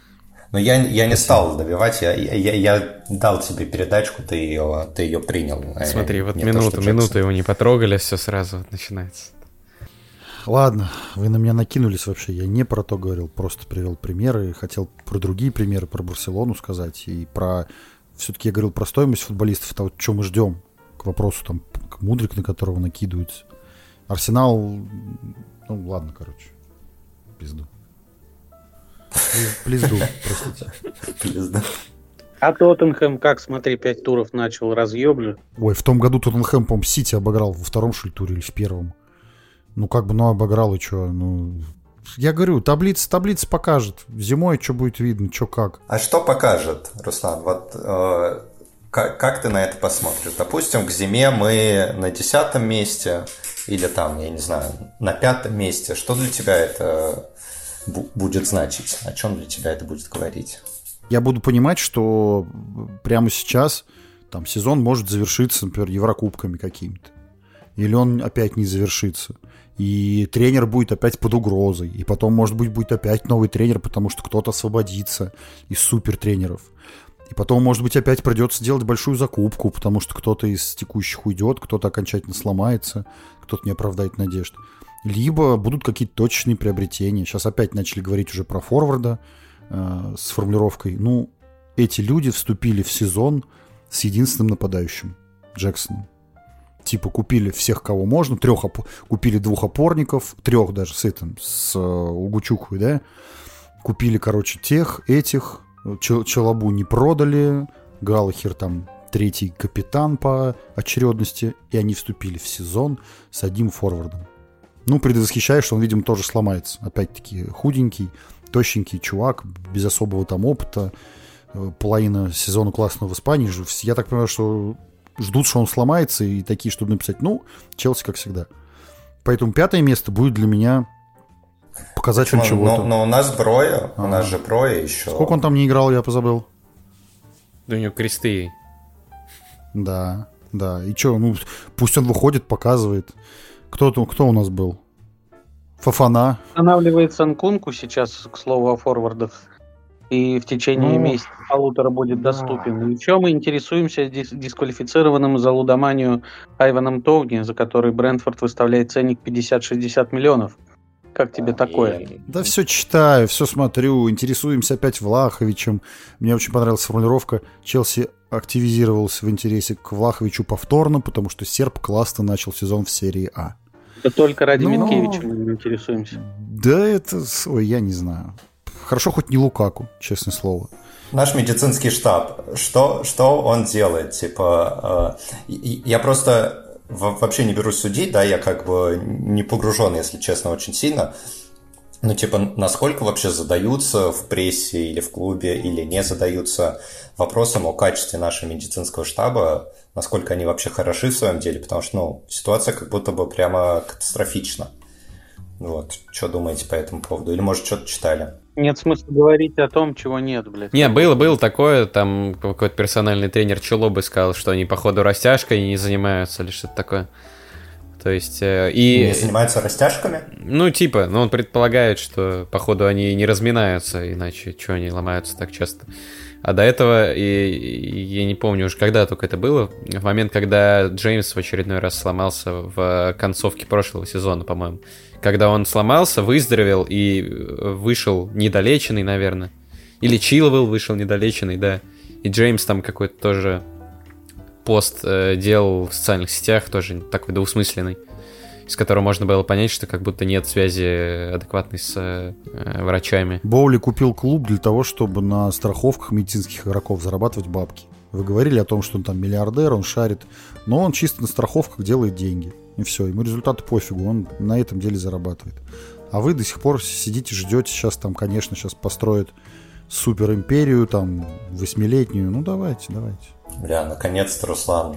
Но я, я не стал добивать, я, я, я дал тебе передачку, ты ее, ты ее принял. Смотри, вот не минуту, то, минуту его не потрогали, все сразу вот начинается. Ладно, вы на меня накинулись вообще. Я не про то говорил, просто привел примеры. Хотел про другие примеры, про Барселону сказать. И про... Все-таки я говорил про стоимость футболистов. Это вот что мы ждем. К вопросу там, к Мудрик, на которого накидываются. Арсенал... Ну, ладно, короче. Пизду. Плизду, простите. Плизду. А Тоттенхэм, как, смотри, пять туров начал, разъеблю. Ой, в том году Тоттенхэм, по-моему, Сити обыграл во втором, что ли, туре или в первом. Ну, как бы, ну, обыграл, и что, ну... Я говорю, таблица, таблица покажет. Зимой что будет видно, что как. А что покажет, Руслан? Вот э, как, как ты на это посмотришь? Допустим, к зиме мы на десятом месте или там, я не знаю, на пятом месте. Что для тебя это бу- будет значить? О чем для тебя это будет говорить? Я буду понимать, что прямо сейчас там сезон может завершиться, например, Еврокубками какими-то. Или он опять не завершится. И тренер будет опять под угрозой. И потом, может быть, будет опять новый тренер, потому что кто-то освободится из супертренеров. И потом, может быть, опять придется делать большую закупку, потому что кто-то из текущих уйдет, кто-то окончательно сломается, кто-то не оправдает надежд. Либо будут какие-то точечные приобретения. Сейчас опять начали говорить уже про форварда э, с формулировкой. Ну, эти люди вступили в сезон с единственным нападающим, Джексоном. Типа купили всех, кого можно, трех оп- купили двух опорников, трех даже с этим, с э, Угучукой, да. Купили, короче, тех, этих. Ч- Чалабу не продали. Галлахер там третий капитан по очередности. И они вступили в сезон с одним форвардом. Ну, предвосхищаю, что он, видимо, тоже сломается. Опять-таки худенький, тощенький чувак, без особого там опыта. Половина сезона классного в Испании. Я так понимаю, что ждут, что он сломается, и такие, чтобы написать, ну, Челси, как всегда. Поэтому пятое место будет для меня показателем Почему? чего-то. Но, но у нас Броя, А. у нас же Броя еще. Сколько он там не играл, я позабыл. Да у него кресты. Да, да. И что, ну, пусть он выходит, показывает. Кто, кто у нас был? Фафана. Останавливается Нкунку сейчас, к слову, о форвардах. И в течение Ну, месяца полутора будет да. доступен. Еще мы интересуемся дис- дисквалифицированным за лудоманию Айваном Тоуни, за который Брентфорд выставляет ценник пятьдесят-шестьдесят миллионов. Как тебе такое? Да все читаю, все смотрю, интересуемся опять Влаховичем. Мне очень понравилась формулировка. Челси активизировался в интересе к Влаховичу повторно, потому что серб классно начал сезон в серии А. Да только ради Ну, Минкевича мы не интересуемся. Да это... Ой, я не знаю. Хорошо хоть не Лукаку, честное слово. Наш медицинский штаб, что, что он делает? Типа, э, я просто вообще не берусь судить, да, я как бы не погружен, если честно, очень сильно. Ну, типа, насколько вообще задаются в прессе или в клубе, или не задаются вопросом о качестве нашего медицинского штаба, насколько они вообще хороши в своем деле, потому что, ну, ситуация как будто бы прямо катастрофична. Вот, что думаете по этому поводу? Или, может, что-то читали? Нет смысла говорить о том, чего нет, блядь. Не, было, было такое, там какой-то персональный тренер Чулобы сказал, что они, походу, растяжкой не занимаются или что-то такое. То есть, э, и... Не занимаются растяжками? Ну, типа, но он предполагает, что, походу, они не разминаются, иначе что они ломаются так часто. А до этого, и, и, я не помню уже, когда только это было, в момент, когда Джеймс в очередной раз сломался в концовке прошлого сезона, по-моему. Когда он сломался, выздоровел и вышел недолеченный, наверное. Или Чилвелл вышел недолеченный, да. И Джеймс там какой-то тоже пост э, делал в социальных сетях, тоже такой двусмысленный, из которого можно было понять, что как будто нет связи адекватной с э, врачами. Боули купил клуб для того, чтобы на страховках медицинских игроков зарабатывать бабки. Вы говорили о том, что он там миллиардер, он шарит, но он чисто на страховках делает деньги. И все, ему результаты пофигу, он на этом деле зарабатывает. А вы до сих пор сидите, ждете, сейчас там, конечно, сейчас построят суперимперию, там, восьмилетнюю. Ну, давайте, давайте. Бля, наконец-то, Руслан,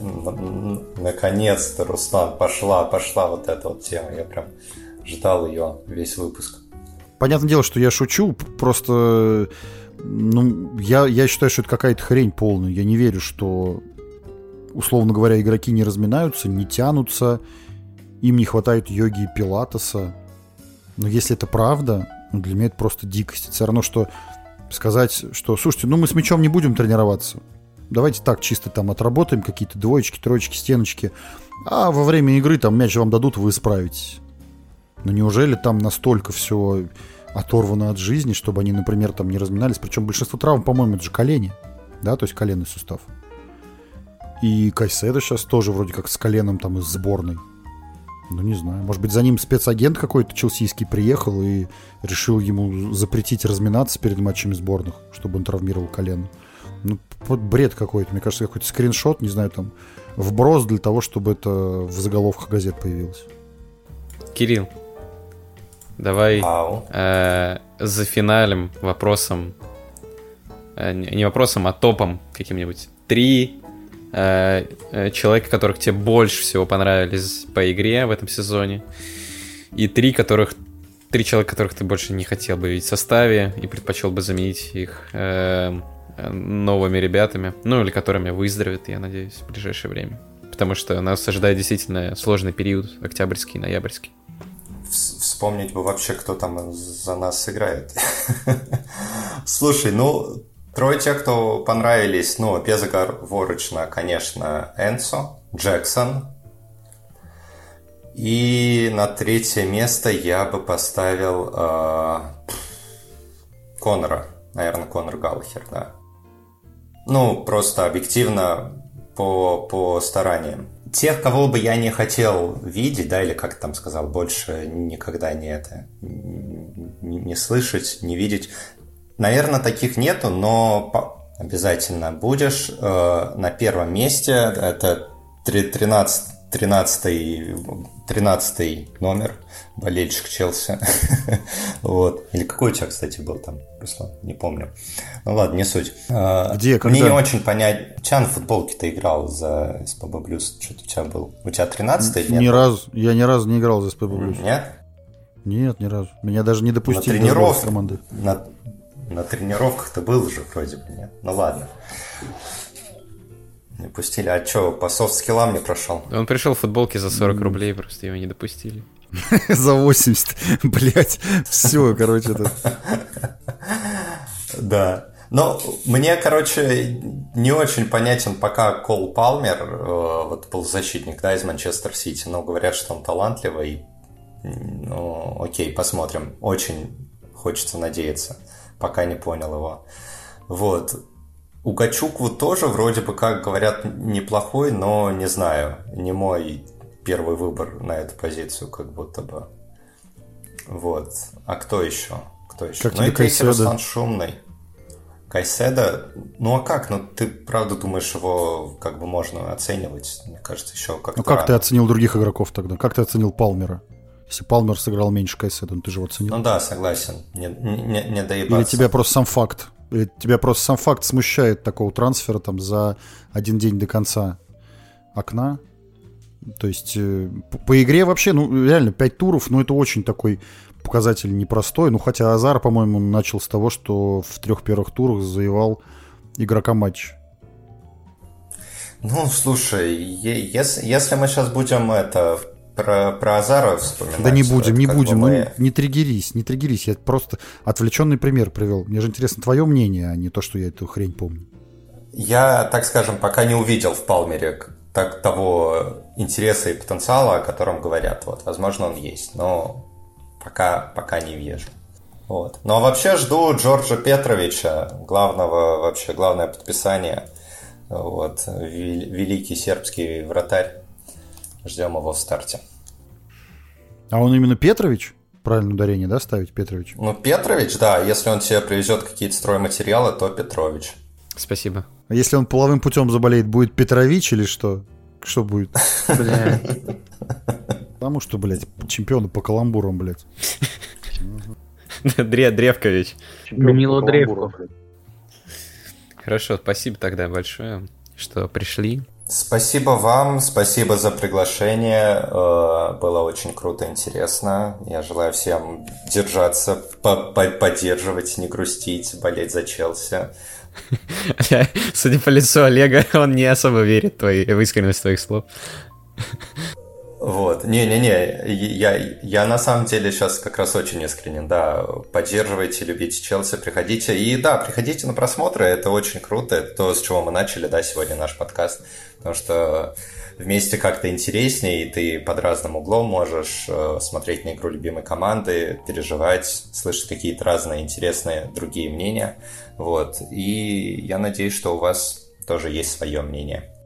наконец-то, Руслан, пошла, пошла вот эта вот тема. Я прям ждал ее весь выпуск. Понятное дело, что я шучу, просто, ну, я, я считаю, что это какая-то хрень полная. Я не верю, что, условно говоря, игроки не разминаются, не тянутся, им не хватает йоги и пилатеса. Но если это правда, ну, для меня это просто дикость. Это все равно, что сказать, что, слушайте, ну мы с мячом не будем тренироваться. Давайте так чисто там отработаем какие-то двоечки, троечки, стеночки. А во время игры там мяч вам дадут, вы справитесь. Но неужели там настолько все оторвано от жизни, чтобы они, например, там не разминались? Причем большинство травм, по-моему, это же колени. Да, то есть коленный сустав. И Кайседо сейчас тоже вроде как с коленом там из сборной. Ну, не знаю. Может быть, за ним спецагент какой-то челсийский приехал и решил ему запретить разминаться перед матчами сборных, чтобы он травмировал колено. Ну, вот бред какой-то. Мне кажется, какой-то скриншот, не знаю, там, вброс для того, чтобы это в заголовках газет появилось. Кирилл, давай э, зафиналим вопросом, э, не вопросом, а топом каким-нибудь. Три э, э, человека, которых тебе больше всего понравились по игре в этом сезоне, и три, которых, три человека, которых ты больше не хотел бы видеть в составе и предпочел бы заменить их э, новыми ребятами, ну или которыми выздоровеют, я надеюсь, в ближайшее время. Потому что нас ожидает действительно сложный период, октябрьский, ноябрьский. Вспомнить бы вообще, кто там за нас играет. Слушай, ну, трое тех, кто понравились, ну, безоговорочно, конечно, Энсо, Джексон. И на третье место я бы поставил э, Конора. Наверное, Конор Галлахер, да. Ну, просто объективно по, по стараниям. Тех, кого бы я не хотел видеть, да, или как там сказал, больше никогда не это, не, не слышать, не видеть. Наверное, таких нету, но по- обязательно будешь. Э, на первом месте это тринадцатый, тринадцатый, тринадцатый номер, болельщик Челси. Вот. Или какой у тебя, кстати, был там, Руслан? Не помню. Ну ладно, не суть. Где, когда? Мне не очень понять. Чан в футболке-то играл за СПБ Блюз. Что-то у тебя был. У тебя тринадцатый или нет? Ни разу. Я ни разу не играл за СПБ Блюз. Нет? Нет, ни разу. Меня даже не допустили на тренировках, до команды. На, на тренировках-то был уже вроде бы, нет? Ну ладно. Не пустили. А что, по софт-скиллам не прошел? Он пришел в футболке за сорок рублей, просто его не допустили. За восемьдесят. Блять. Все, короче, это... Да. Но мне, короче, не очень понятен пока Кол Палмер, вот полузащитник, да, из Манчестер Сити, но говорят, что он талантливый. Ну, окей, посмотрим. Очень хочется надеяться. Пока не понял его. Вот. У Гачукву тоже вроде бы, как говорят, неплохой, но не знаю, не мой первый выбор на эту позицию, как будто бы. Вот. А кто еще? Кто еще? Как ну тебе и третий Кайседо? Руслан Шумный. Кайседо, ну а как? Ну ты правда думаешь, его как бы можно оценивать? Мне кажется, еще как-то Ну как рано. ты оценил других игроков тогда? Как ты оценил Палмера? Если Палмер сыграл меньше Кайседо, ну ты же его оценил. Ну да, согласен. Не, не, не доебаться. Или тебя просто сам факт? Или тебя просто сам факт смущает такого трансфера там за один день до конца окна? То есть э, по, по игре вообще, ну реально, пять туров, ну это очень такой показатель непростой. Ну хотя Азар, по-моему, начал с того, что в трех первых турах завоевал игрока матча. Ну, слушай, е- если, если мы сейчас будем это про, про Азара вспоминать... Да не будем, это не как будем, бы ну мы... не триггерись, не триггерись. Я просто отвлеченный пример привел. Мне же интересно твое мнение, а не то, что я эту хрень помню. Я, так скажем, пока не увидел в Палмере так, того интереса и потенциала, о котором говорят. Вот, возможно, он есть, но пока, пока не вижу. Вот. Ну а вообще жду Джорджа Петровича, главного, вообще главное подписание. Вот, великий сербский вратарь. Ждем его в старте. А он именно Петрович? Правильное ударение, да, ставить Петрович? Ну, Петрович, да, если он тебе привезет какие-то стройматериалы, то Петрович. Спасибо. А если он половым путем заболеет, будет Петрович или что? Что будет? Бля. Потому что, блядь, чемпионы по каламбурам, блядь. Дре- Древкович. Данила Древков. Хорошо, спасибо тогда большое, что пришли. Спасибо вам, спасибо за приглашение. Было очень круто, интересно. Я желаю всем держаться, по- по- поддерживать, не грустить, болеть за Челси. Судя по лицу Олега, он не особо верит в, твои, в искренность твоих слов. Вот, не-не-не, я, я на самом деле сейчас как раз очень искренен, да, поддерживайте, любите Челси, приходите, и да, приходите на просмотры, это очень круто, это то, с чего мы начали, да, сегодня наш подкаст, потому что вместе как-то интереснее, и ты под разным углом можешь э, смотреть на игру любимой команды, переживать, слышать какие-то разные интересные другие мнения, вот, и я надеюсь, что у вас тоже есть свое мнение.